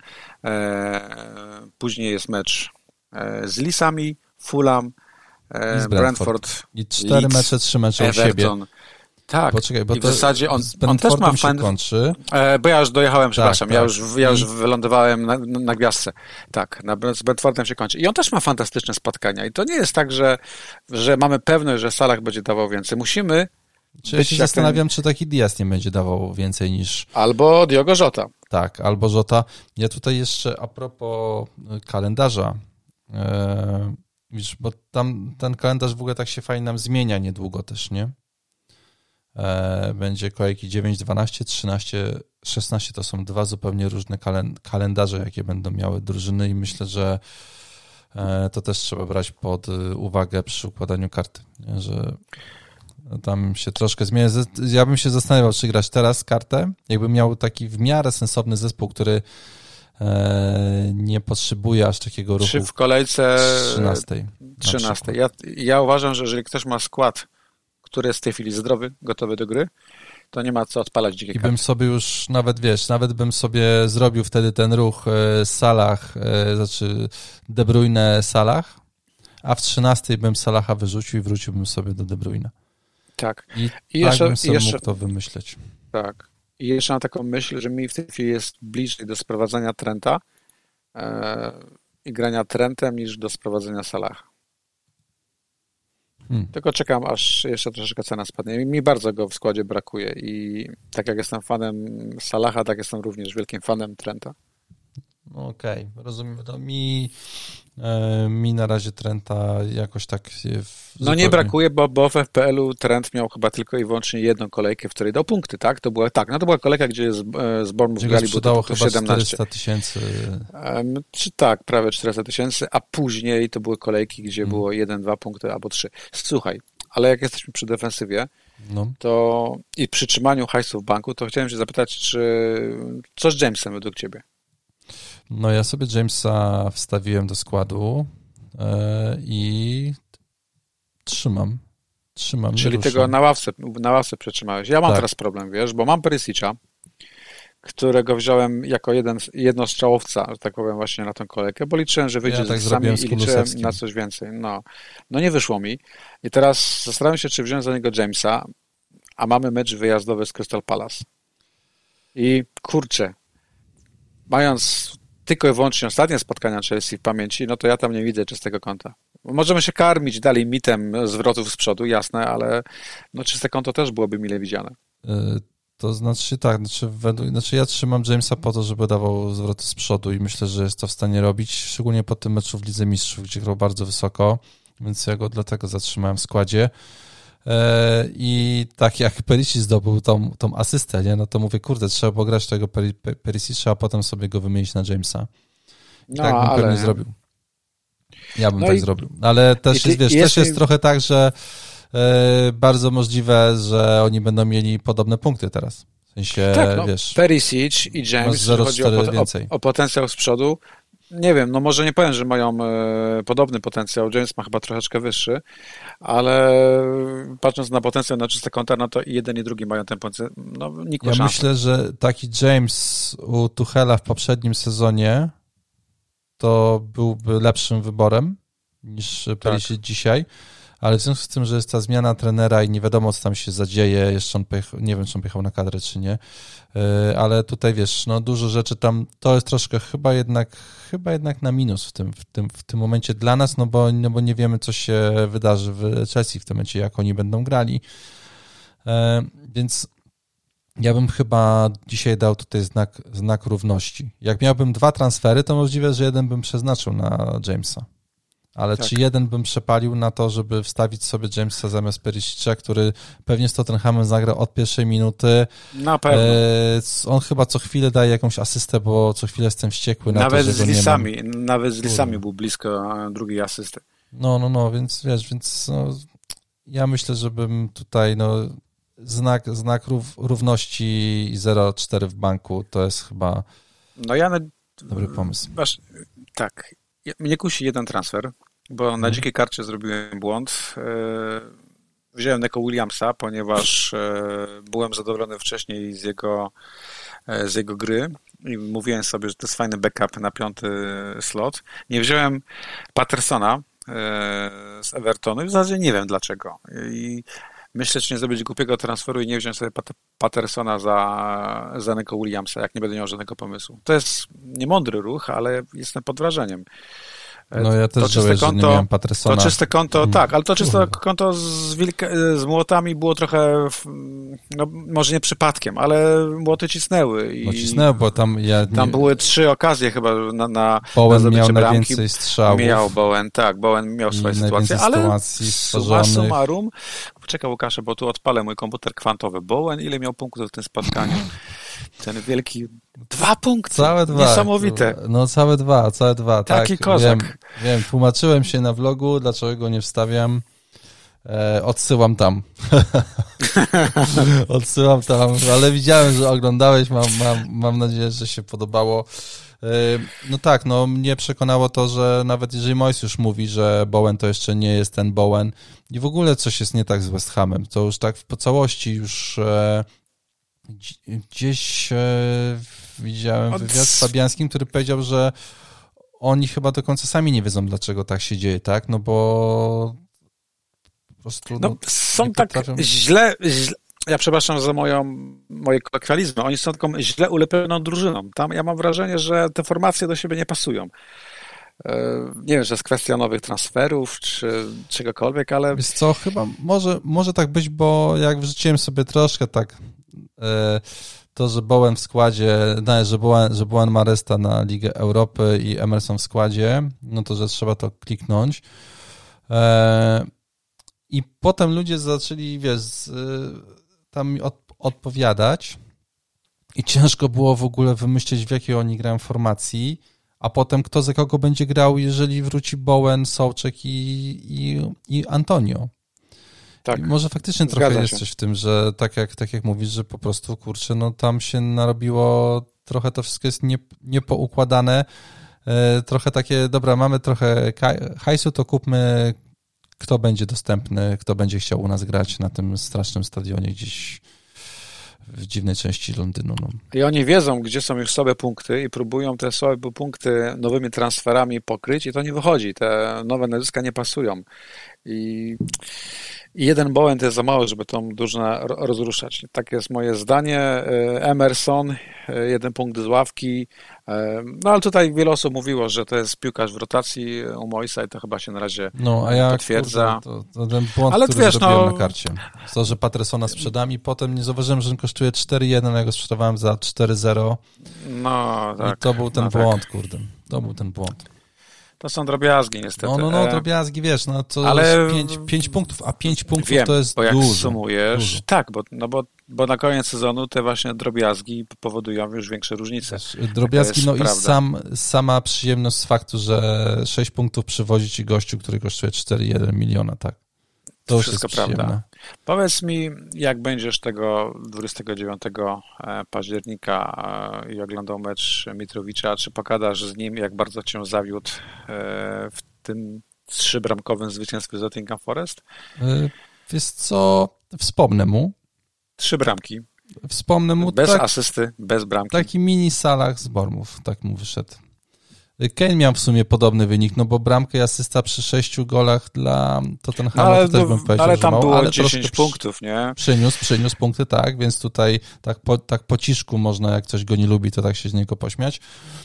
Speaker 2: e, później jest mecz z Leedsami, Fulham,
Speaker 1: I z
Speaker 2: Brentford
Speaker 1: i cztery
Speaker 2: Leeds,
Speaker 1: mecze, trzy mecze
Speaker 2: Everton.
Speaker 1: u siebie.
Speaker 2: Tak.
Speaker 1: Poczekaj, bo
Speaker 2: I w
Speaker 1: to
Speaker 2: zasadzie on,
Speaker 1: z
Speaker 2: on też ma
Speaker 1: się
Speaker 2: fan...
Speaker 1: kończy.
Speaker 2: E, bo ja już dojechałem, przepraszam,
Speaker 1: tak,
Speaker 2: ja,
Speaker 1: tak.
Speaker 2: już, ja już
Speaker 1: I...
Speaker 2: wylądowałem na, na gwiazdce. Tak, na, z Brentfordem się kończy. I on też ma fantastyczne spotkania. I to nie jest tak, że, że mamy pewność, że Salah będzie dawał więcej. Musimy...
Speaker 1: Czy ja się zastanawiam, ten... czy taki Diaz nie będzie dawał więcej niż...
Speaker 2: Albo Diogo Jota.
Speaker 1: Tak, albo Jota. Ja tutaj jeszcze a propos kalendarza, e, wiesz, bo tam ten kalendarz w ogóle tak się fajnie nam zmienia niedługo też, nie? E, będzie kolejki dziewięć, dwanaście, trzynaście, szesnaście, to są dwa zupełnie różne kalen- kalendarze, jakie będą miały drużyny i myślę, że e, to też trzeba brać pod uwagę przy układaniu karty, nie? Że tam się troszkę zmienia. Ja bym się zastanawiał, czy grać teraz kartę, jakbym miał taki w miarę sensowny zespół, który e, nie potrzebuje aż takiego ruchu.
Speaker 2: Czy w kolejce
Speaker 1: trzynastej.
Speaker 2: trzynastej. Ja, ja uważam, że jeżeli ktoś ma skład, który jest w tej chwili zdrowy, gotowy do gry, to nie ma co odpalać dzikiej
Speaker 1: I
Speaker 2: karty.
Speaker 1: bym sobie już nawet, wiesz, nawet bym sobie zrobił wtedy ten ruch e, Salah, e, znaczy De Bruyne Salah, a w trzynastej bym Salaha wyrzucił i wróciłbym sobie do De Bruyne.
Speaker 2: Tak.
Speaker 1: I,
Speaker 2: I
Speaker 1: tak
Speaker 2: jeszcze,
Speaker 1: bym sobie
Speaker 2: jeszcze,
Speaker 1: mógł to wymyśleć.
Speaker 2: Tak. I jeszcze mam taką myśl, że mi w tej chwili jest bliżej do sprowadzenia Trenta e, i grania Trentem niż do sprowadzenia Salaha. Hmm. Tylko czekam, aż jeszcze troszeczkę cena spadnie. Mi bardzo go w składzie brakuje i tak jak jestem fanem Salaha, tak jestem również wielkim fanem Trenta.
Speaker 1: Okej, okay, rozumiem. No mi, e, mi na razie Trenta jakoś tak... W,
Speaker 2: no zupełnie... nie brakuje, bo, bo w F P L-u Trent miał chyba tylko i wyłącznie jedną kolejkę, w której dał punkty, tak? To była, tak, no to była kolejka, gdzie z, z Bournemouth grali,
Speaker 1: bo to
Speaker 2: chyba siedemnaście
Speaker 1: czterysta tysięcy.
Speaker 2: Um, czy tak, prawie czterysta tysięcy, a później to były kolejki, gdzie hmm. było jeden, dwa punkty albo trzy. Słuchaj, ale jak jesteśmy przy defensywie, no. to i przy trzymaniu hajsu w banku, to chciałem się zapytać, czy co z Jamesem według ciebie?
Speaker 1: No ja sobie Jamesa wstawiłem do składu yy, i trzymam. trzymam
Speaker 2: Czyli tego na ławce, na ławce przetrzymałeś. Ja mam tak. teraz problem, wiesz, bo mam Perisicza, którego wziąłem jako jeden, jednostrzałowca, że tak powiem, właśnie na tę kolejkę, bo liczyłem, że wyjdzie
Speaker 1: ja tak
Speaker 2: z sami
Speaker 1: z
Speaker 2: i liczyłem na coś więcej. No. no nie wyszło mi. I teraz zastanawiam się, czy wziąłem za niego Jamesa, a mamy mecz wyjazdowy z Crystal Palace. I kurczę, mając tylko i wyłącznie ostatnie spotkania Chelsea w pamięci, no to ja tam nie widzę czystego konta. Możemy się karmić dalej mitem zwrotów z przodu, jasne, ale no czyste konto też byłoby mile widziane.
Speaker 1: To znaczy tak, znaczy, według, znaczy ja trzymam Jamesa po to, żeby dawał zwroty z przodu i myślę, że jest to w stanie robić, szczególnie po tym meczu w Lidze Mistrzów, gdzie grał bardzo wysoko, więc ja go dlatego zatrzymałem w składzie. I tak jak Perisic zdobył tą, tą asystę, nie? No to mówię, kurde, trzeba pograć tego Perisicza, a potem sobie go wymienić na Jamesa. I no, tak bym ale... pewnie zrobił. Ja bym no tak i... zrobił. Ale też ty, jest, wiesz, jest... też jest trochę tak, że e, bardzo możliwe, że oni będą mieli podobne punkty teraz. W sensie,
Speaker 2: tak, no,
Speaker 1: wiesz...
Speaker 2: Perisic i James, jeżeli chodzi o, pot- o, o potencjał z przodu, nie wiem, no może nie powiem, że mają e, podobny potencjał. James ma chyba troszeczkę wyższy, ale patrząc na potencjał na czyste konta, no to i jeden i drugi mają ten potencjał. No, nikła
Speaker 1: ja
Speaker 2: szansa.
Speaker 1: myślę, że taki James u Tuchela w poprzednim sezonie to byłby lepszym wyborem niż Perisic tak. dzisiaj, ale w związku z tym, że jest ta zmiana trenera i nie wiadomo, co tam się zadzieje, jeszcze on pojechał, nie wiem, czy on pojechał na kadrę, czy nie, ale tutaj wiesz, no dużo rzeczy tam, to jest troszkę chyba jednak chyba jednak na minus w tym, w tym, w tym momencie dla nas, no bo, no bo nie wiemy, co się wydarzy w Chelsea w tym momencie, jak oni będą grali, więc ja bym chyba dzisiaj dał tutaj znak, znak równości. Jak miałbym dwa transfery, to możliwe, że jeden bym przeznaczył na Jamesa. Ale tak. Czy jeden bym przepalił na to, żeby wstawić sobie Jamesa zamiast Perisicza, który pewnie z Tottenhamem zagra od pierwszej minuty.
Speaker 2: Na pewno.
Speaker 1: E, on chyba co chwilę daje jakąś asystę, bo co chwilę jestem wściekły na
Speaker 2: nawet
Speaker 1: to, że
Speaker 2: z
Speaker 1: go
Speaker 2: Lisami,
Speaker 1: nie mam.
Speaker 2: Nawet z Lisami był blisko drugiej asysty.
Speaker 1: No, no, no, więc wiesz, więc no, ja myślę, żebym tutaj no, znak, znak rów, równości zero cztery w banku to jest chyba
Speaker 2: no ja na...
Speaker 1: dobry pomysł.
Speaker 2: Masz... Tak. Mnie kusi jeden transfer, bo hmm. na dzikiej karcie zrobiłem błąd. Wziąłem Neko Williamsa, ponieważ byłem zadowolony wcześniej z jego, z jego gry i mówiłem sobie, że to jest fajny backup na piąty slot. Nie wziąłem Pattersona z Evertonu i w zasadzie nie wiem dlaczego. I myślę, czy nie zrobić głupiego transferu i nie wziąć sobie Pat- Pattersona za, za Nico Williamsa, jak nie będę miał żadnego pomysłu. To jest niemądry ruch, ale jestem pod wrażeniem.
Speaker 1: No ja też żałuję, że nie miałem Pattersona.
Speaker 2: To czyste konto, hmm. tak, ale to czyste konto z, wilka, z młotami było trochę, w, no może nie przypadkiem, ale młoty cisnęły. I
Speaker 1: no cisnęły, bo tam ja nie...
Speaker 2: Tam były trzy okazje chyba na, na,
Speaker 1: Bowen
Speaker 2: na
Speaker 1: miał
Speaker 2: bramki.
Speaker 1: najwięcej strzałów.
Speaker 2: Miał Bowen, tak, Bowen miał swoje sytuacje, ale summa summarum, poczekaj Łukasze, bo tu odpalę mój komputer kwantowy. Bowen, ile miał punktów w tym spotkaniu? Ten wielki... Dwa punkty!
Speaker 1: Całe dwa.
Speaker 2: Niesamowite.
Speaker 1: No całe dwa, całe dwa.
Speaker 2: Taki
Speaker 1: tak.
Speaker 2: kozak.
Speaker 1: Wiem, wiem, tłumaczyłem się na vlogu, dlaczego go nie wstawiam. E, odsyłam tam. odsyłam tam, ale widziałem, że oglądałeś, mam, mam, mam nadzieję, że się podobało. E, no tak, no mnie przekonało to, że nawet jeżeli Moyes już mówi, że Bowen to jeszcze nie jest ten Bowen i w ogóle coś jest nie tak z West Hamem, to już tak po całości już e, gdzieś e, widziałem
Speaker 2: Od...
Speaker 1: wywiad z Fabiańskim, który powiedział, że oni chyba do końca sami nie wiedzą, dlaczego tak się dzieje, tak? No bo po prostu...
Speaker 2: No,
Speaker 1: no,
Speaker 2: są tak potrafią... źle, źle... Ja przepraszam za moją, moje kolokwializmy. Oni są taką źle ulepioną drużyną. Tam ja mam wrażenie, że te formacje do siebie nie pasują. Nie wiem, że jest kwestia nowych transferów, czy czegokolwiek, ale...
Speaker 1: Wiesz co, chyba może, może tak być, bo jak wrzuciłem sobie troszkę tak to, że Bowen w składzie, no, że Bowen, że Bowen ma resta na Ligę Europy i Emerson w składzie, no to, że trzeba to kliknąć. I potem ludzie zaczęli, wiesz, tam od, odpowiadać i ciężko było w ogóle wymyślić, w jakiej oni grają formacji, a potem kto za kogo będzie grał, jeżeli wróci Bowen, Souček i, i, i Antonio. Tak. I może faktycznie trochę Zgadza jest się. Coś w tym, że tak jak, tak jak mówisz, że po prostu, kurczę, no tam się narobiło, trochę to wszystko jest nie, niepoukładane, e, trochę takie, dobra, mamy trochę hajsu, to kupmy, kto będzie dostępny, kto będzie chciał u nas grać na tym strasznym stadionie gdzieś w dziwnej części Londynu. No.
Speaker 2: I oni wiedzą, gdzie są już słabe punkty i próbują te słabe punkty nowymi transferami pokryć i to nie wychodzi. Te nowe nazwiska nie pasują. I, i jeden Bowen to jest za mało, żeby tą drużynę rozruszać. Tak jest moje zdanie. Emerson, jeden punkt z ławki. No ale tutaj wiele osób mówiło, że to jest piłkarz w rotacji u Moisa i to chyba się na razie
Speaker 1: no, a ja,
Speaker 2: potwierdza.
Speaker 1: Kurde, to, to ten błąd, ale który wiesz, zrobiłem no... na karcie. To, że Pattersona sprzedam i potem nie zauważyłem, że on kosztuje cztery jeden, ja go sprzedawałem za cztery zero.
Speaker 2: No tak.
Speaker 1: I to był ten
Speaker 2: no,
Speaker 1: błąd,
Speaker 2: tak.
Speaker 1: kurde. To był ten błąd.
Speaker 2: To są drobiazgi niestety.
Speaker 1: No, no, no, drobiazgi, wiesz, no to ale... pięć, pięć punktów, a pięć punktów
Speaker 2: Wiem,
Speaker 1: to jest
Speaker 2: bo jak
Speaker 1: dużo.
Speaker 2: sumujesz,
Speaker 1: dużo.
Speaker 2: tak, bo, no bo, bo na koniec sezonu te właśnie drobiazgi powodują już większe różnice.
Speaker 1: Wiesz, drobiazgi, no prawda. I sam, sama przyjemność z faktu, że sześć punktów przywozi ci gościu, który kosztuje cztery jeden miliona, tak. To już
Speaker 2: wszystko
Speaker 1: jest
Speaker 2: prawda.
Speaker 1: Przyjemne.
Speaker 2: Powiedz mi, jak będziesz tego dwudziestego dziewiątego października i oglądał mecz Mitrowicza, czy pogadasz z nim, jak bardzo cię zawiódł w tym trzybramkowym zwycięstwie z Nottingham Forest?
Speaker 1: Wiesz co, wspomnę mu.
Speaker 2: Trzy bramki.
Speaker 1: Wspomnę mu.
Speaker 2: Bez
Speaker 1: tak,
Speaker 2: asysty, bez bramki.
Speaker 1: Taki mini Salah z Bournemouth, tak mu wyszedł. Kane miał w sumie podobny wynik, no bo bramkę i asysta przy sześciu golach dla Tottenhamu, no, to też bym powiedział,
Speaker 2: ale tam
Speaker 1: mało,
Speaker 2: było
Speaker 1: ale
Speaker 2: dziesięć punktów, nie?
Speaker 1: Przyniósł, przyniósł punkty, tak, więc tutaj tak po, tak po ciszku można, jak ktoś go nie lubi, to tak się z niego pośmiać,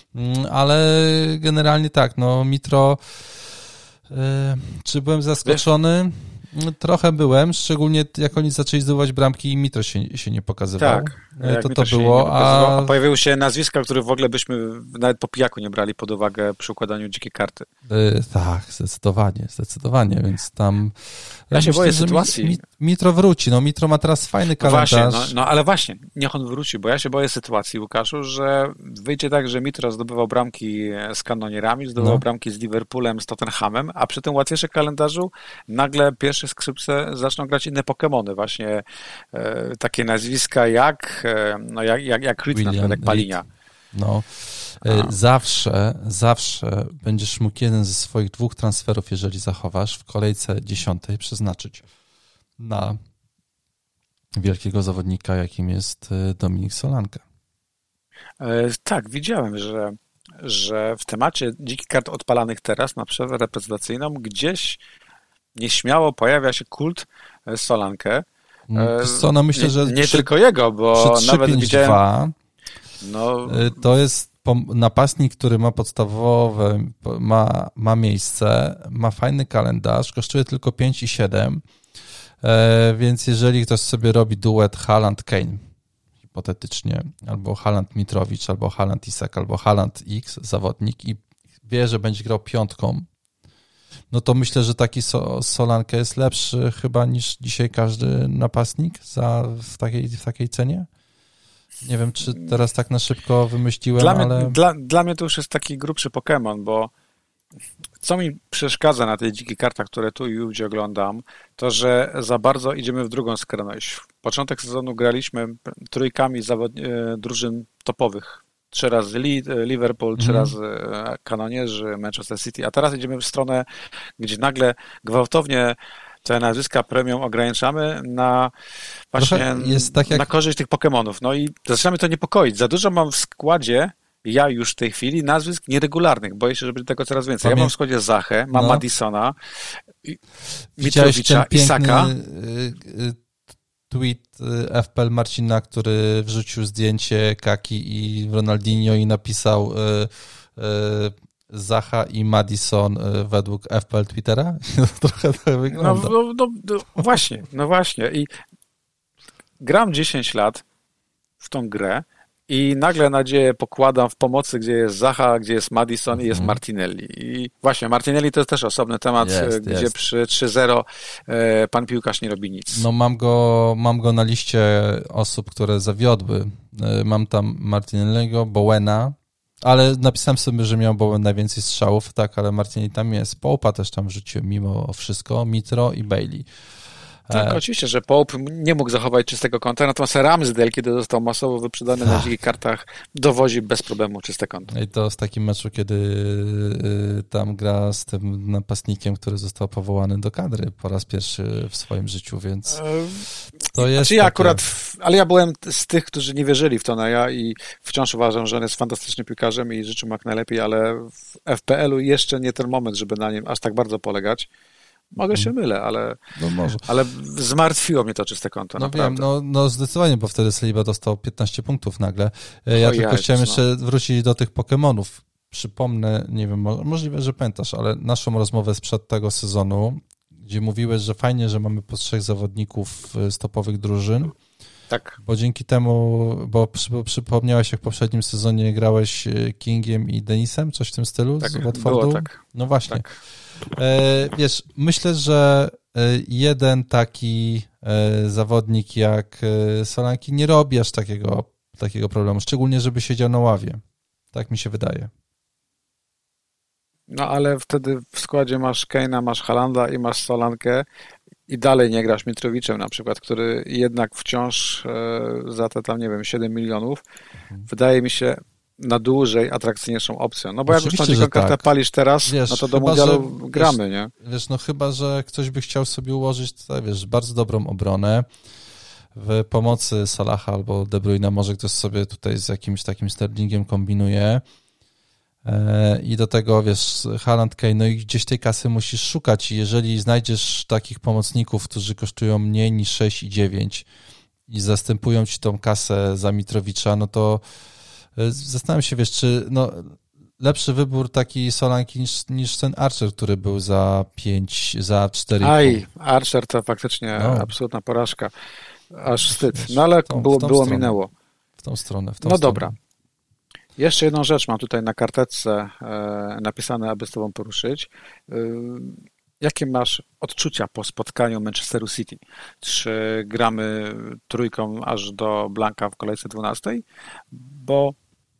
Speaker 1: ale generalnie tak, no Mitro, yy, czy byłem zaskoczony? Wiesz? Trochę byłem, szczególnie jak oni zaczęli zdobywać bramki i Mitro się, się nie pokazywał.
Speaker 2: Tak,
Speaker 1: to to było.
Speaker 2: A... a pojawiły się nazwiska, których w ogóle byśmy nawet po pijaku nie brali pod uwagę przy układaniu dzikiej karty.
Speaker 1: Yy, tak, zdecydowanie, zdecydowanie, więc tam...
Speaker 2: Ja, ja się myślę, boję sytuacji.
Speaker 1: Mi, Mitro wróci, no Mitro ma teraz fajny kalendarz.
Speaker 2: No właśnie, no, no ale właśnie, niech on wróci, bo ja się boję sytuacji, Łukaszu, że wyjdzie tak, że Mitro zdobywał bramki z kanonierami, zdobywał no. bramki z Liverpoolem, z Tottenhamem, a przy tym łatwiejszym kalendarzu nagle pierwsze skrzypce zaczną grać inne Pokemony, właśnie e, takie nazwiska jak e, no jak, jak, jak Reed, na przykład, jak Palinia.
Speaker 1: No, a. zawsze, zawsze będziesz mógł jeden ze swoich dwóch transferów, jeżeli zachowasz, w kolejce dziesiątej przeznaczyć na wielkiego zawodnika, jakim jest Dominik Solanke.
Speaker 2: E, tak, widziałem, że, że w temacie dzikich kart odpalanych teraz na przerwę reprezentacyjną gdzieś nieśmiało pojawia się kult Solanke.
Speaker 1: Wiesz co, no myślę,
Speaker 2: nie,
Speaker 1: że
Speaker 2: nie
Speaker 1: przy,
Speaker 2: tylko jego, bo
Speaker 1: przy
Speaker 2: nawet widziałem...
Speaker 1: No, to jest napastnik, który ma podstawowe, ma, ma miejsce, ma fajny kalendarz, kosztuje tylko pięć i siedem, więc jeżeli ktoś sobie robi duet Haaland-Kane, hipotetycznie, albo Haaland-Mitrowicz, albo Haaland-Isak, albo Haaland-X, zawodnik i wie, że będzie grał piątką, no to myślę, że taki so, Solanke jest lepszy chyba niż dzisiaj każdy napastnik za, w, takiej, w takiej cenie. Nie wiem, czy teraz tak na szybko wymyśliłem,
Speaker 2: dla mnie,
Speaker 1: ale...
Speaker 2: Dla, dla mnie to już jest taki grubszy Pokémon, bo co mi przeszkadza na tej dzikich kartach, które tu i ówdzie oglądam, to, że za bardzo idziemy w drugą skrajność. Początek sezonu graliśmy trójkami zawod... drużyn topowych. Trzy razy Liverpool, trzy mm. razy kanonierzy, Manchester City, a teraz idziemy w stronę, gdzie nagle gwałtownie te nazwiska premium ograniczamy na właśnie jest tak jak... na korzyść tych Pokemonów. No i zaczynamy to niepokoić. Za dużo mam w składzie, ja już w tej chwili, nazwisk nieregularnych. Boję się, że będzie tego coraz więcej. Pamię... Ja mam w składzie Zachę, mam no. Madisona, Mitrowicza, Isaka.
Speaker 1: Tweet F P L Marcina, który wrzucił zdjęcie Kaki i Ronaldinho i napisał y, y, Zaha i Madison według F P L Twittera? Trochę tak wygląda.
Speaker 2: No, no, no, no właśnie, no właśnie. I gram dziesięć lat w tą grę i nagle nadzieję pokładam w pomocy, gdzie jest Zaha, gdzie jest Madison mm. i jest Martinelli. I właśnie, Martinelli to jest też osobny temat, jest, gdzie jest. Przy trzy zero e, pan piłkarz nie robi nic.
Speaker 1: No mam go, mam go na liście osób, które zawiodły. Mam tam Martinelliego, Bowena, ale napisałem sobie, że miał Bowen najwięcej strzałów, tak, ale Martinelli tam jest. Pope'a też tam rzuciłem mimo wszystko, Mitro i Bailey.
Speaker 2: Tak, e... oczywiście, że Pope nie mógł zachować czystego konta, natomiast Ramsdale, kiedy został masowo wyprzedany na dzikich kartach, dowozi bez problemu czyste konto.
Speaker 1: I to z takim meczu, kiedy tam gra z tym napastnikiem, który został powołany do kadry po raz pierwszy w swoim życiu, więc to jest
Speaker 2: znaczy ja takie... akurat, ale ja byłem z tych, którzy nie wierzyli w to, no ja i wciąż uważam, że on jest fantastycznym piłkarzem i życzę mu jak najlepiej, ale w F P L-u jeszcze nie ten moment, żeby na nim aż tak bardzo polegać. Mogę się mylę, ale,
Speaker 1: no może.
Speaker 2: ale zmartwiło mnie to czyste konto.
Speaker 1: No
Speaker 2: naprawdę.
Speaker 1: wiem, no, no zdecydowanie, bo wtedy Saliba dostał piętnaście punktów nagle. Ja o tylko ja chciałem jeszcze no. wrócić do tych Pokemonów. Przypomnę, nie wiem, możliwe, że pamiętasz, ale naszą rozmowę sprzed tego sezonu, gdzie mówiłeś, że fajnie, że mamy po trzech zawodników z topowych drużyn.
Speaker 2: Tak.
Speaker 1: Bo dzięki temu, bo przy, przypomniałeś, jak w poprzednim sezonie grałeś Kingiem i Denisem, coś w tym stylu
Speaker 2: tak,
Speaker 1: z Watfordu?
Speaker 2: Było tak.
Speaker 1: No właśnie.
Speaker 2: Tak.
Speaker 1: E, wiesz, myślę, że jeden taki e, zawodnik jak e, Solanki nie robi aż takiego, takiego problemu, szczególnie żeby siedział na ławie. Tak mi się wydaje.
Speaker 2: No ale wtedy w składzie masz Kane'a, masz Haalanda i masz Solankę i dalej nie grasz Mitrowiczem na przykład, który jednak wciąż e, za te tam, nie wiem, siedem milionów mhm. wydaje mi się na dłużej atrakcyjniejszą opcją. No bo jak już tą dziką kartę tak. palisz teraz, wiesz, no to do mundialu że, gramy,
Speaker 1: wiesz,
Speaker 2: nie?
Speaker 1: Wiesz, no chyba, że ktoś by chciał sobie ułożyć tutaj, wiesz, bardzo dobrą obronę w pomocy Salaha albo De Bruyne, może ktoś sobie tutaj z jakimś takim Sterlingiem kombinuje e, i do tego, wiesz, Haaland, Kane, no i gdzieś tej kasy musisz szukać i jeżeli znajdziesz takich pomocników, którzy kosztują mniej niż sześć i dziewięć i zastępują ci tą kasę za Mitrowicza, no to zastanawiam się, wiesz, czy no, lepszy wybór taki Solanki niż, niż ten Archer, który był za pięć, za cztery.
Speaker 2: Aj, Archer to faktycznie no. absolutna porażka. Aż wstyd. No ale tą, było, było minęło.
Speaker 1: W tą stronę. W tą
Speaker 2: no
Speaker 1: stronę.
Speaker 2: Dobra. Jeszcze jedną rzecz mam tutaj na karteczce e, napisane, aby z tobą poruszyć. E, jakie masz odczucia po spotkaniu Manchesteru City? Czy gramy trójką aż do Blanka w kolejce dwunastej? Bo,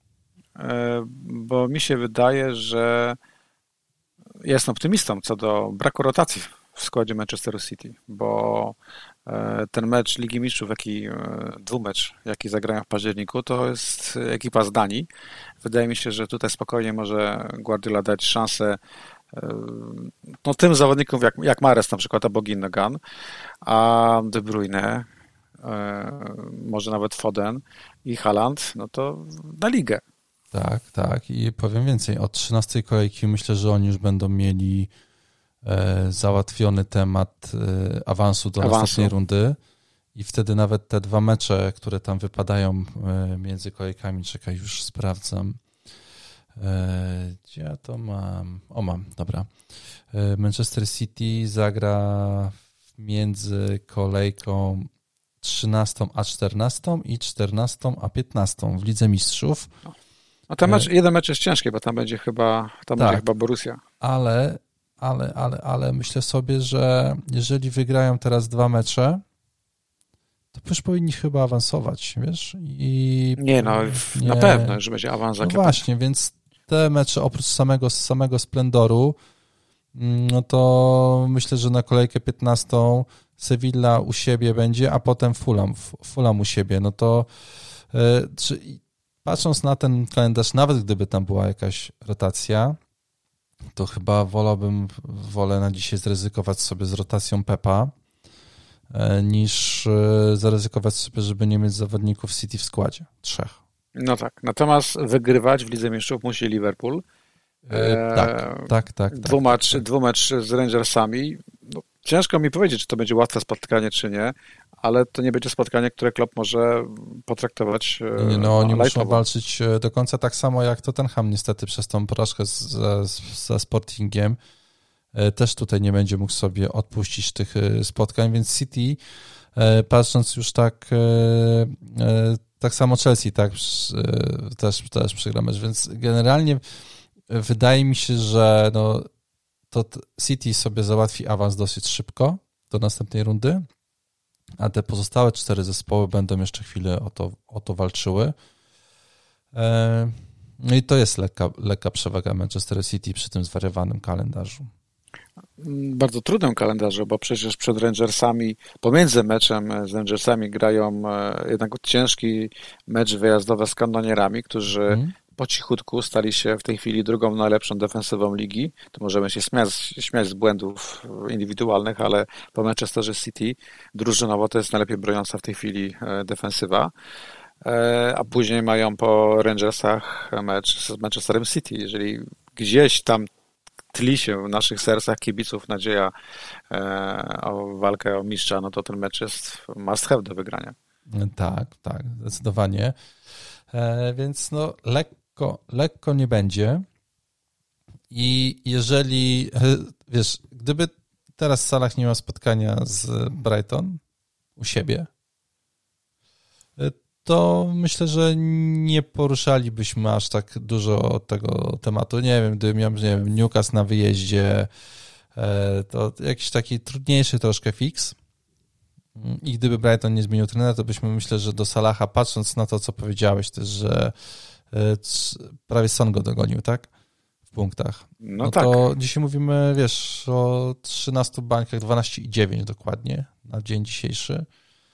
Speaker 2: bo mi się wydaje, że jestem optymistą co do braku rotacji w składzie Manchesteru City, bo ten mecz Ligi Mistrzów, jaki dwumecz, jaki zagrają w październiku, to jest ekipa z Danii. Wydaje mi się, że tutaj spokojnie może Guardiola dać szansę no, tym zawodnikom jak, jak Mahrez na przykład, albo Gundogan, a De Bruyne, może nawet Foden i Haaland, no to na ligę.
Speaker 1: Tak, tak i powiem więcej, od trzynastej kolejki myślę, że oni już będą mieli e, załatwiony temat e, awansu do awansu. następnej rundy i wtedy nawet te dwa mecze, które tam wypadają między kolejkami, czekaj, już sprawdzam. Gdzie ja to mam? O, mam, dobra. Manchester City zagra między kolejką trzynastą a czternastą i czternastą a piętnastą w Lidze Mistrzów.
Speaker 2: No ten mecz, jeden mecz jest ciężki, bo tam będzie chyba, tam tak, będzie chyba Borussia.
Speaker 1: Ale, ale, ale, ale myślę sobie, że jeżeli wygrają teraz dwa mecze, to już powinni chyba awansować, wiesz? I
Speaker 2: nie, no nie, na pewno, że będzie awans.
Speaker 1: No właśnie, więc te mecze oprócz samego, samego Splendoru, no to myślę, że na kolejkę piętnastą Sevilla u siebie będzie, a potem Fulham, Fulham u siebie. No to yy, czy, patrząc na ten kalendarz, nawet gdyby tam była jakaś rotacja, to chyba wolałbym, wolę na dzisiaj zryzykować sobie z rotacją Pepa, yy, niż yy, zaryzykować sobie, żeby nie mieć zawodników City w składzie. Trzech.
Speaker 2: No tak, natomiast wygrywać w Lidze Mistrzów musi Liverpool.
Speaker 1: Yy, tak, tak, tak.
Speaker 2: Dwumecz,
Speaker 1: tak.
Speaker 2: dwumecz z Rangersami. No, ciężko mi powiedzieć, czy to będzie łatwe spotkanie, czy nie, ale to nie będzie spotkanie, które Klopp może potraktować
Speaker 1: nie, no oni muszą walczyć do końca, tak samo jak Tottenham niestety przez tą porażkę ze, ze Sportingiem też tutaj nie będzie mógł sobie odpuścić tych spotkań, więc City, patrząc już tak tak samo Chelsea tak też, też przegra mecz, więc generalnie wydaje mi się, że no, to City sobie załatwi awans dosyć szybko do następnej rundy, a te pozostałe cztery zespoły będą jeszcze chwilę o to, o to walczyły. No i to jest lekka, lekka przewaga Manchester City przy tym zwariowanym kalendarzu.
Speaker 2: Bardzo trudnym kalendarzu, bo przecież przed Rangersami, pomiędzy meczem z Rangersami grają jednak ciężki mecz wyjazdowy z kanonierami, którzy hmm. po cichutku stali się w tej chwili drugą najlepszą defensywą ligi. To możemy się śmiać, śmiać z błędów indywidualnych, ale po Manchesterze City drużynowo to jest najlepiej broniąca w tej chwili defensywa. A później mają po Rangersach mecz z Manchesterem City. Jeżeli gdzieś tam tli się w naszych sercach kibiców nadzieja o walkę o mistrza, no to ten mecz jest must have do wygrania.
Speaker 1: Tak, tak, zdecydowanie. Więc no lekko, lekko nie będzie i jeżeli, wiesz, gdyby teraz Salah nie miał spotkania z Brighton u siebie, to myślę, że nie poruszalibyśmy aż tak dużo tego tematu. Nie wiem, gdybym miał, nie wiem, Newcastle na wyjeździe, to jakiś taki trudniejszy troszkę fix. I gdyby Brighton nie zmienił trenera, to byśmy, myślę, że do Salaha, patrząc na to, co powiedziałeś też, że prawie Son go dogonił, tak? W punktach.
Speaker 2: No,
Speaker 1: no
Speaker 2: tak.
Speaker 1: To dzisiaj mówimy, wiesz, o trzynastu bańkach, dwanaście i dziewięć dokładnie na dzień dzisiejszy,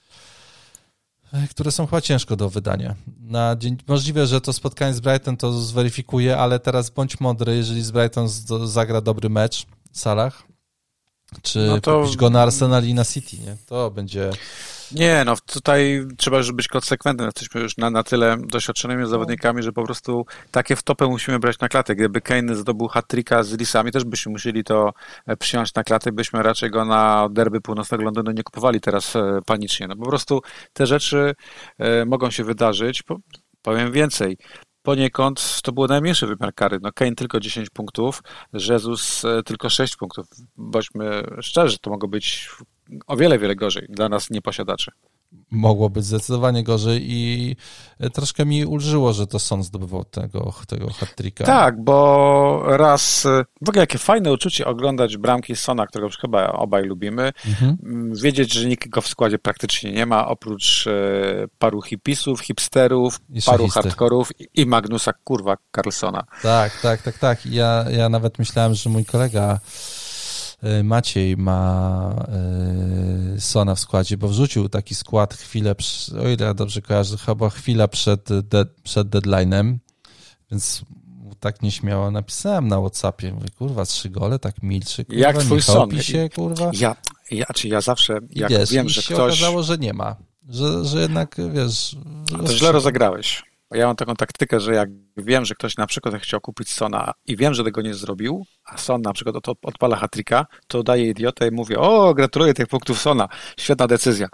Speaker 1: które są chyba ciężko do wydania. Na dzień, możliwe, że to spotkanie z Brighton to zweryfikuje, ale teraz bądź mądry, jeżeli z Brighton zagra dobry mecz, Salah, czy no to... kupić go na Arsenal i na City, nie? To będzie...
Speaker 2: Nie, no tutaj trzeba już być konsekwentnym. Jesteśmy już na, na tyle doświadczonymi zawodnikami, że po prostu takie wtopy musimy brać na klatę. Gdyby Kane zdobył hat-tricka z Lisami, też byśmy musieli to przyjąć na klatę, byśmy raczej go na derby północnego Londynu nie kupowali teraz panicznie. No po prostu te rzeczy mogą się wydarzyć. Powiem więcej. Poniekąd to był najmniejszy wymiar kary. No Kane tylko dziesięć punktów, Jesus tylko sześć punktów. Bądźmy szczerzy, to mogło być o wiele, wiele gorzej dla nas nieposiadaczy.
Speaker 1: Mogło być zdecydowanie gorzej i troszkę mi ulżyło, że to Son zdobywał tego, tego hat-tricka.
Speaker 2: Tak, bo raz, w ogóle jakie fajne uczucie oglądać bramki Sona, którego chyba obaj lubimy, mhm. wiedzieć, że nikt go w składzie praktycznie nie ma, oprócz paru hipisów, hipsterów, I paru szachisty. hardkorów i Magnusa, kurwa, Carlsona.
Speaker 1: Tak, tak, tak, tak. Ja, ja nawet myślałem, że mój kolega Maciej ma y, Sona w składzie, bo wrzucił taki skład chwilę, o ile ja dobrze kojarzę, chyba chwila przed, de, przed deadline'em, więc tak nieśmiało napisałem na WhatsAppie, mówię, kurwa, trzy gole, tak milczy, kurwa,
Speaker 2: jak twój Son.
Speaker 1: Się, kurwa.
Speaker 2: Ja, ja, czy ja zawsze, jak
Speaker 1: wiesz,
Speaker 2: wiem, że
Speaker 1: się
Speaker 2: ktoś...
Speaker 1: okazało, że nie ma, że, że jednak, wiesz...
Speaker 2: To roz... źle rozegrałeś. Ja mam taką taktykę, że jak wiem, że ktoś na przykład chciał kupić Sona i wiem, że tego nie zrobił, a Son na przykład odpala hat-tricka, to daję idiotę i mówię, o, gratuluję tych punktów Sona, świetna decyzja.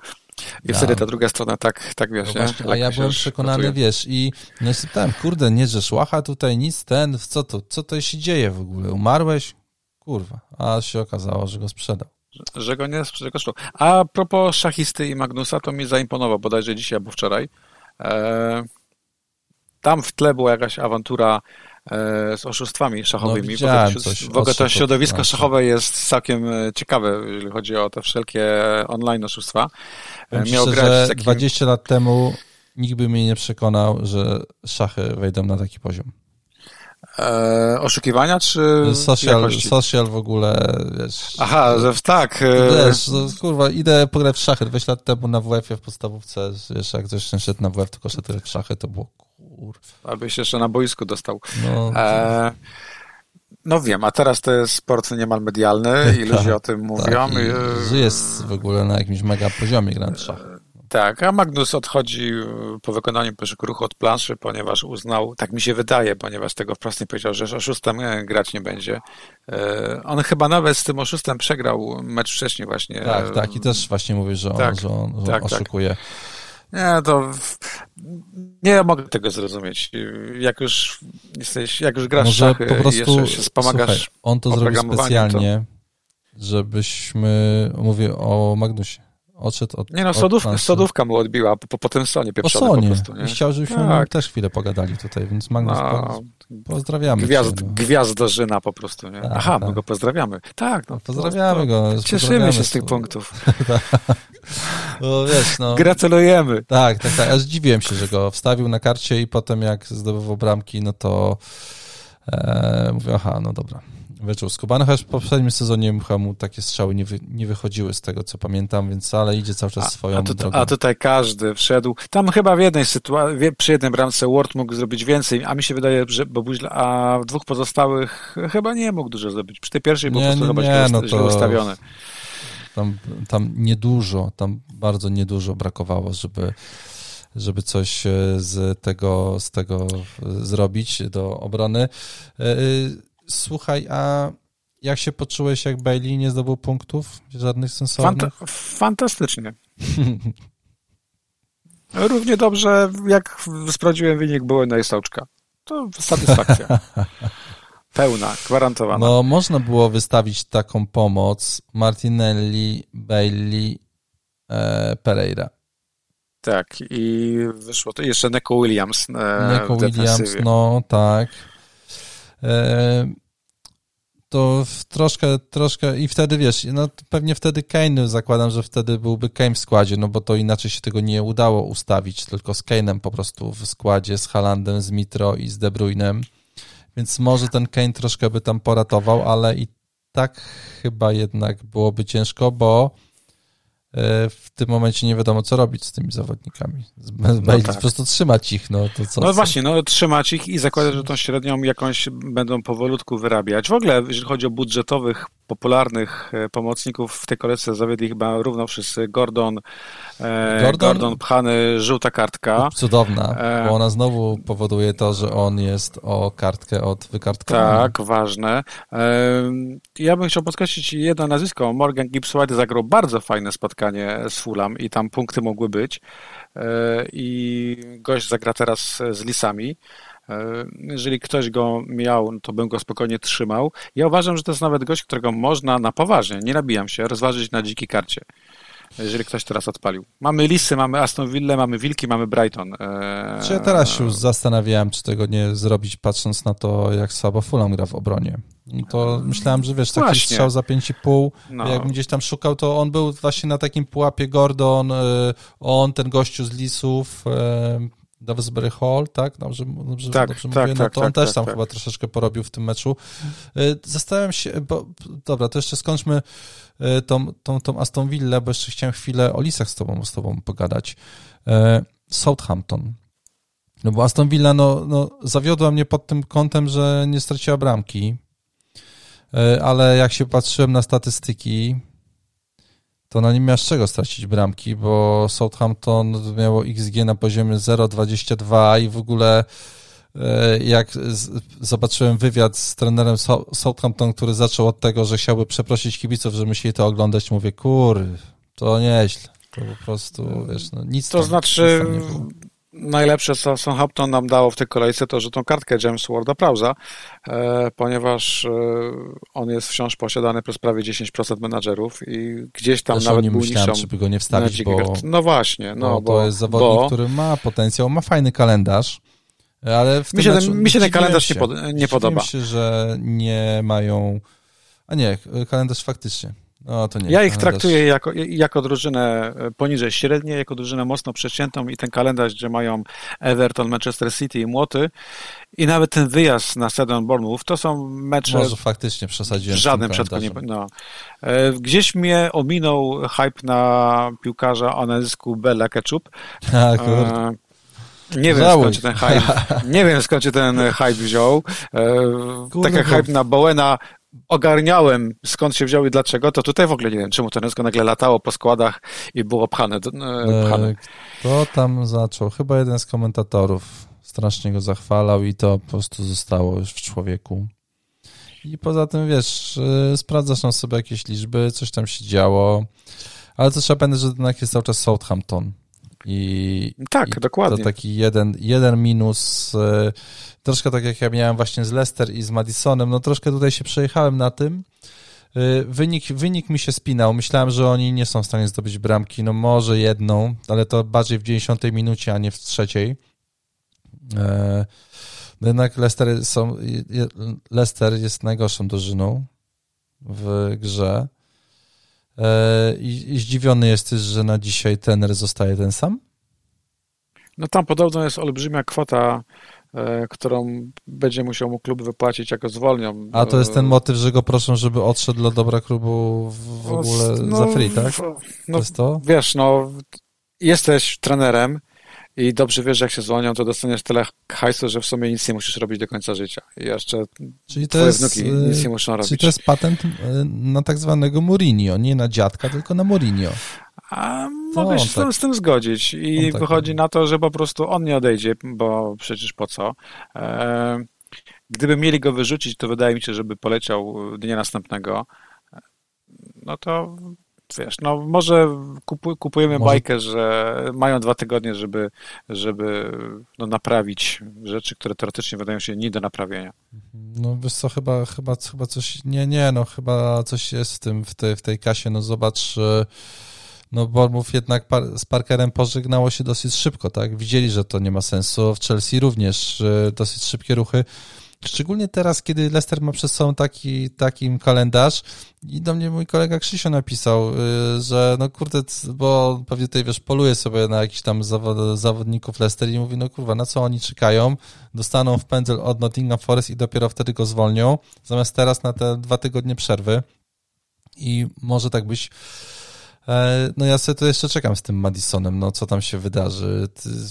Speaker 2: I ja. wtedy ta druga strona tak, tak wiesz,
Speaker 1: no
Speaker 2: nie?
Speaker 1: Właśnie, a ja byłem przekonany, gotuje. wiesz, i no i pytałem, kurde, nie, że szłacha tutaj, nic, ten, co to, co to się dzieje w ogóle? Umarłeś? Kurwa. A się okazało, że go sprzedał.
Speaker 2: Że, że go nie że go szło. A propos szachisty i Magnusa, to mi zaimponował bodajże dzisiaj albo wczoraj. E, tam w tle była jakaś awantura e, z oszustwami szachowymi.
Speaker 1: No, widziałem
Speaker 2: w ogóle,
Speaker 1: coś,
Speaker 2: w ogóle to środowisko
Speaker 1: znaczy.
Speaker 2: szachowe jest całkiem ciekawe, jeżeli chodzi o te wszelkie online oszustwa.
Speaker 1: E, Miał grać że takim... dwadzieścia lat temu nikt by mnie nie przekonał, że szachy wejdą na taki poziom.
Speaker 2: E, oszukiwania, czy
Speaker 1: social, social w ogóle, wiesz...
Speaker 2: Aha, że tak.
Speaker 1: Wiesz, no, kurwa, idę pograć w szachy. dwadzieścia lat temu na W F-ie w podstawówce, wiesz, jak ktoś szedł na W F, tylko szedł w szachy, to było kurwa.
Speaker 2: Abyś jeszcze na boisku dostał. No, e, no wiem, a teraz to jest sport niemal medialny i ludzie o tym mówią.
Speaker 1: Tak, i jest w ogóle na jakimś mega poziomie grając w szachy.
Speaker 2: Tak, a Magnus odchodzi po wykonaniu pierwszego ruchu od planszy, ponieważ uznał, tak mi się wydaje, ponieważ tego wprost nie powiedział, że z oszustem grać nie będzie. On chyba nawet z tym oszustem przegrał mecz wcześniej właśnie.
Speaker 1: Tak, tak i też właśnie mówisz, że on, tak, że on, że tak, oszukuje. Tak.
Speaker 2: Nie, to nie mogę tego zrozumieć. Jak już jesteś, jak już grasz
Speaker 1: Może
Speaker 2: szachy
Speaker 1: po prostu,
Speaker 2: i jeszcze się wspomagasz.
Speaker 1: Słuchaj, on to zrobił specjalnie, to... żebyśmy, mówię o Magnusie. Odszedł od,
Speaker 2: nie no, sodówka, sodówka mu odbiła po, po tym Sonie pieprzone po prostu. Nie?
Speaker 1: I chciał, żebyśmy tak. też chwilę pogadali tutaj, więc Magnus, no, pozdrawiamy
Speaker 2: gwiazd,
Speaker 1: cię. No.
Speaker 2: Gwiazdożyna po prostu, nie?
Speaker 1: Tak,
Speaker 2: Aha,
Speaker 1: tak.
Speaker 2: my go pozdrawiamy. Tak, no,
Speaker 1: pozdrawiamy to,
Speaker 2: go.
Speaker 1: To,
Speaker 2: cieszymy
Speaker 1: pozdrawiamy
Speaker 2: się z tych punktów.
Speaker 1: no, wiesz, no.
Speaker 2: Gratulujemy.
Speaker 1: Tak, tak, tak. Aż dziwiłem się, że go wstawił na karcie i potem jak zdobywał bramki, no to e, mówię, aha, no dobra. Wyczuł skubany, chociaż w poprzednim sezonie mu takie strzały nie, wy, nie wychodziły z tego, co pamiętam, więc ale idzie cały czas swoją
Speaker 2: a, a tu,
Speaker 1: drogą.
Speaker 2: A tutaj każdy wszedł. Tam chyba w jednej sytuacji, przy jednej bramce Ward mógł zrobić więcej, a mi się wydaje, że Bobuźla, a w dwóch pozostałych chyba nie mógł dużo zrobić. Przy tej pierwszej był po prostu chyba źle, no źle ustawiony.
Speaker 1: Tam, tam niedużo, tam bardzo niedużo brakowało, żeby żeby coś z tego, z tego zrobić do obrony. Słuchaj, a jak się poczułeś, jak Bailey nie zdobył punktów? Żadnych sensownych?
Speaker 2: Fanta- fantastycznie. Równie dobrze, jak sprawdziłem wynik, były na Sołczka. To satysfakcja. Pełna, gwarantowana.
Speaker 1: No, można było wystawić taką pomoc Martinelli, Bailey, e, Pereira.
Speaker 2: Tak, i wyszło to jeszcze Neco Williams. E,
Speaker 1: Neco Williams, no tak. To troszkę, troszkę i wtedy wiesz, no pewnie wtedy Kane, zakładam, że wtedy byłby Kane w składzie, no bo to inaczej się tego nie udało ustawić, tylko z Kane'em po prostu w składzie, z Haalandem, z Mitro i z De Bruynem, więc może ten Kane troszkę by tam poratował, ale i tak chyba jednak byłoby ciężko, bo w tym momencie nie wiadomo, co robić z tymi zawodnikami. No tak. Po prostu trzymać ich. No, to co,
Speaker 2: no
Speaker 1: co?
Speaker 2: właśnie, no trzymać ich i zakładać, że tą średnią jakąś będą powolutku wyrabiać. W ogóle, jeżeli chodzi o budżetowych, popularnych pomocników, w tej kolejce zawiedli chyba równo wszyscy. Gordon, Gordon, Gordon pchany, żółta kartka.
Speaker 1: Cudowna, bo ona znowu powoduje to, że on jest o kartkę od wykartkowania.
Speaker 2: Tak, ważne. Ja bym chciał podkreślić jedno nazwisko. Morgan Gibbs-White zagrał bardzo fajne spotkanie z Fulham i tam punkty mogły być. I gość zagra teraz z Lisami. Jeżeli ktoś go miał, to bym go spokojnie trzymał. Ja uważam, że to jest nawet gość, którego można na poważnie, nie nabijam się, rozważyć na dzikiej karcie. Jeżeli ktoś teraz odpalił. Mamy Lisy, mamy Aston Villa, mamy Wilki, mamy Brighton.
Speaker 1: Czy ja teraz się już zastanawiałem, czy tego nie zrobić, patrząc na to, jak słabo Fulham gra w obronie. To myślałem, że wiesz, taki właśnie. Strzał za pięć i pół, no. Jakbym gdzieś tam szukał, to on był właśnie na takim pułapie Gordon, on, ten gościu z Lisów, Davesbury Hall, tak? Dobrze, dobrze,
Speaker 2: tak,
Speaker 1: dobrze
Speaker 2: tak,
Speaker 1: mówię? No to
Speaker 2: tak,
Speaker 1: on
Speaker 2: tak,
Speaker 1: też tam
Speaker 2: tak,
Speaker 1: chyba
Speaker 2: tak.
Speaker 1: troszeczkę porobił w tym meczu. Zastanawiam się, bo dobra, to jeszcze skończmy tą, tą, tą Aston Villę, bo jeszcze chciałem chwilę o Lisach z tobą, z tobą pogadać. Southampton. No bo Aston Villa no, no, zawiodła mnie pod tym kątem, że nie straciła bramki, ale jak się patrzyłem na statystyki, to ona nie miała z czego stracić bramki, bo Southampton miało X G na poziomie zero przecinek dwadzieścia dwa i w ogóle jak zobaczyłem wywiad z trenerem Southampton, który zaczął od tego, że chciałby przeprosić kibiców, że musieli to oglądać, mówię, kur, to nieźle. To po prostu, wiesz, no nic
Speaker 2: To
Speaker 1: tam,
Speaker 2: znaczy,
Speaker 1: nic tam nie było.
Speaker 2: Najlepsze, co Southampton nam dało w tej kolejce, to, że tą kartkę James Warda-Prowse'a, e, ponieważ e, on jest wciąż posiadany przez prawie dziesięć procent menadżerów i gdzieś tam
Speaker 1: Zresztą
Speaker 2: nawet
Speaker 1: nie
Speaker 2: był
Speaker 1: myślałem,
Speaker 2: niższą.
Speaker 1: żeby go nie wstawić, bo,
Speaker 2: No właśnie, no
Speaker 1: bo,
Speaker 2: bo
Speaker 1: to jest zawodnik,
Speaker 2: bo,
Speaker 1: który ma potencjał, ma fajny kalendarz, ale w
Speaker 2: mi
Speaker 1: tym
Speaker 2: się,
Speaker 1: meczu
Speaker 2: ten, mi się ten kalendarz
Speaker 1: się,
Speaker 2: nie, pod, nie podoba.
Speaker 1: się, że nie mają... A nie, kalendarz faktycznie. No, to nie,
Speaker 2: ja ich
Speaker 1: kalendarz...
Speaker 2: traktuję jako, jako drużynę poniżej średniej, jako drużynę mocno przeciętą i ten kalendarz, gdzie mają Everton, Manchester City i Młoty i nawet ten wyjazd na Stadion Bournemouth, to są mecze...
Speaker 1: Może faktycznie przesadziłem.
Speaker 2: W żadnym przypadku nie... No. Gdzieś mnie ominął hype na piłkarza o nazwisku Bella Ketchup.
Speaker 1: A, kurde.
Speaker 2: Nie wiem, skąd się ten hype, nie wiem, skąd się ten hype wziął. Tak jak hype na Bowena ogarniałem, skąd się wziął i dlaczego, to tutaj w ogóle nie wiem, czemu to nazwisko nagle latało po składach i było pchane. pchane.
Speaker 1: Kto tam zaczął? Chyba jeden z komentatorów strasznie go zachwalał i to po prostu zostało już w człowieku. I poza tym, wiesz, sprawdzasz tam sobie jakieś liczby, coś tam się działo, ale to trzeba pamiętać, że jednak jest cały czas Southampton. I,
Speaker 2: tak,
Speaker 1: i
Speaker 2: dokładnie.
Speaker 1: To taki jeden, jeden minus, troszkę tak jak ja miałem właśnie z Leicester i z Madisonem, no troszkę tutaj się przejechałem na tym. Wynik, wynik mi się spinał. Myślałem, że oni nie są w stanie zdobyć bramki, no może jedną, ale to bardziej w dziewięćdziesiątej minucie, a nie w trzeciej. No jednak Leicester, są, Leicester jest najgorszą drużyną w grze. I, I zdziwiony jesteś, że na dzisiaj trener zostaje ten sam?
Speaker 2: No tam podobno jest olbrzymia kwota, e, którą będzie musiał mu klub wypłacić, jako zwolnią.
Speaker 1: A to jest ten motyw, że go proszą, żeby odszedł dla dobra klubu w, w ogóle no, za free, tak?
Speaker 2: No,
Speaker 1: to jest to?
Speaker 2: Wiesz, no jesteś trenerem i dobrze wiesz, że jak się zwolnią, to dostaniesz tyle hajsu, że w sumie nic nie musisz robić do końca życia. I jeszcze czyli to twoje jest, wnuki nic nie muszą robić.
Speaker 1: Czyli to jest patent na tak zwanego Mourinho, nie na dziadka, tylko na Mourinho.
Speaker 2: A mogę się z tym, tak. z tym zgodzić i on wychodzi tak na to, że po prostu on nie odejdzie, bo przecież po co. E, gdyby mieli go wyrzucić, to wydaje mi się, żeby poleciał dnia następnego. No to wiesz, no może kupu, kupujemy może... bajkę, że mają dwa tygodnie, żeby, żeby no, naprawić rzeczy, które teoretycznie wydają się nie do naprawienia.
Speaker 1: No wiesz co, chyba, chyba, chyba coś, nie, nie, no chyba coś jest w tym, w tej, w tej kasie, no zobacz, no Bournemouth jednak par, z Parkerem pożegnało się dosyć szybko, tak? Widzieli, że to nie ma sensu, w Chelsea również dosyć szybkie ruchy. Szczególnie teraz, kiedy Leicester ma przed sobą taki, taki kalendarz i do mnie mój kolega Krzysio napisał, że no kurde, bo pewnie tutaj, wiesz, poluje sobie na jakichś tam zawod, zawodników Leicester i mówi, no kurwa, na co oni czekają? Dostaną w pędzel od Nottingham Forest i dopiero wtedy go zwolnią, zamiast teraz na te dwa tygodnie przerwy i może tak być. No ja sobie to jeszcze czekam z tym Madisonem, no co tam się wydarzy.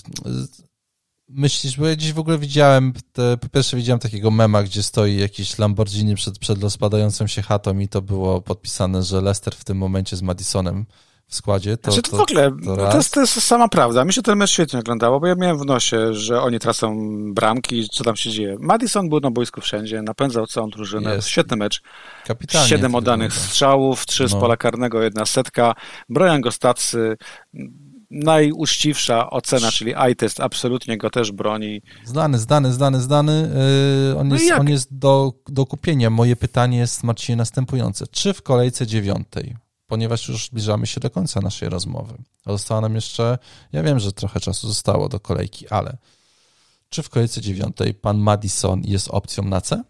Speaker 1: Myślisz, bo ja dziś w ogóle widziałem, te, po pierwsze widziałem takiego mema, gdzie stoi jakiś Lamborghini przed, przed rozpadającą się chatą i to było podpisane, że Leicester w tym momencie z Madisonem w składzie. To,
Speaker 2: znaczy to,
Speaker 1: to
Speaker 2: w ogóle,
Speaker 1: to,
Speaker 2: to, jest, to jest sama prawda. Mi się ten mecz świetnie oglądało, bo ja miałem w nosie, że oni tracą bramki, co tam się dzieje. Madison był na boisku wszędzie, napędzał całą drużynę. Jest. Świetny mecz.
Speaker 1: Kapitalnie.
Speaker 2: Siedem oddanych strzałów, trzy no. z pola karnego, jedna setka. Bronią go stacy. Najuczciwsza ocena, czyli iTest, absolutnie go też broni.
Speaker 1: Zdany, zdany, zdany, zdany. Yy, on, no jest, on jest do, do kupienia. Moje pytanie jest, Marcinie, następujące. Czy w kolejce dziewiątej, ponieważ już zbliżamy się do końca naszej rozmowy, a została nam jeszcze, ja wiem, że trochę czasu zostało do kolejki, ale czy w kolejce dziewiątej pan Maddison jest opcją na C?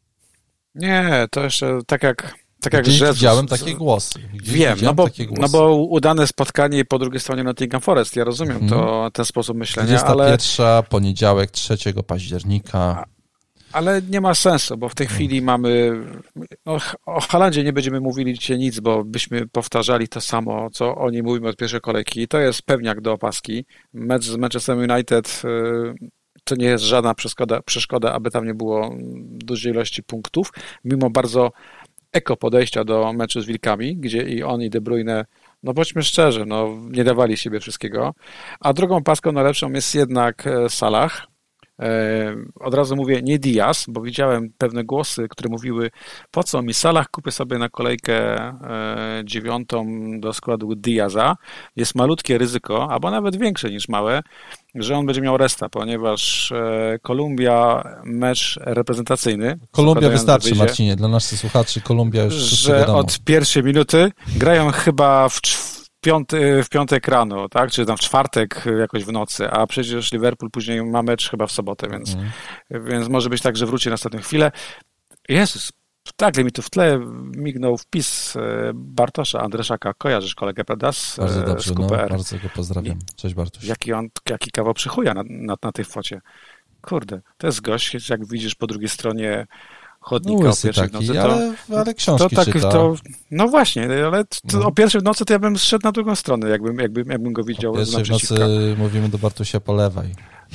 Speaker 2: Nie, to jeszcze tak jak Tak jak
Speaker 1: Gdzieś
Speaker 2: Jezus,
Speaker 1: widziałem takie głosy. Gdzieś
Speaker 2: wiem, no bo,
Speaker 1: takie głosy.
Speaker 2: no bo udane spotkanie po drugiej stronie Nottingham Forest, ja rozumiem hmm. to, ten sposób myślenia,
Speaker 1: dwudziestego pierwszego
Speaker 2: ale...
Speaker 1: poniedziałek, trzeciego października.
Speaker 2: Ale nie ma sensu, bo w tej chwili mamy... No, o Haalandzie nie będziemy mówili dzisiaj nic, bo byśmy powtarzali to samo, co oni mówimy od pierwszej kolejki. To jest pewniak do opaski. Mecz z Manchester United to nie jest żadna przeszkoda, przeszkoda, aby tam nie było dużej ilości punktów, mimo bardzo eko podejścia do meczu z Wilkami, gdzie i on, i De Bruyne, no bądźmy szczerzy, no nie dawali siebie wszystkiego. A drugą paską najlepszą jest jednak Salah, Od razu mówię nie Diaz, bo widziałem pewne głosy, które mówiły, po co mi Salah, kupię sobie na kolejkę dziewiątą do składu Diaza. Jest malutkie ryzyko, albo nawet większe niż małe, że on będzie miał resta, ponieważ Kolumbia, mecz reprezentacyjny.
Speaker 1: Kolumbia wystarczy, wyjdzie, Marcinie, dla naszych słuchaczy Kolumbia już
Speaker 2: że
Speaker 1: wiadomo.
Speaker 2: Od pierwszej minuty grają chyba w Piąty, w piątek rano, tak? Czy tam w czwartek jakoś w nocy, a przecież Liverpool później ma mecz chyba w sobotę, więc, mm. więc może być tak, że wróci na ostatnią chwilę. Jezus, tak, mi tu w tle mignął wpis Bartosza Andryszaka. Kojarzysz kolegę, prawda? Z,
Speaker 1: bardzo dobrze,
Speaker 2: z
Speaker 1: no, bardzo go pozdrawiam. Cześć Bartosz.
Speaker 2: Jaki on, jaki kawał przychuja na, na, na tej focie. Kurde, to jest gość, jak widzisz po drugiej stronie chodnika
Speaker 1: no,
Speaker 2: o pierwszej
Speaker 1: taki,
Speaker 2: w nocy, to,
Speaker 1: ale, ale książki
Speaker 2: to tak,
Speaker 1: czyta.
Speaker 2: To, no właśnie, ale to,
Speaker 1: no.
Speaker 2: o pierwszej w nocy to ja bym zszedł na drugą stronę, jakbym, jakbym, jakbym go widział.
Speaker 1: O pierwszej w nocy mówimy do Bartusia polewaj.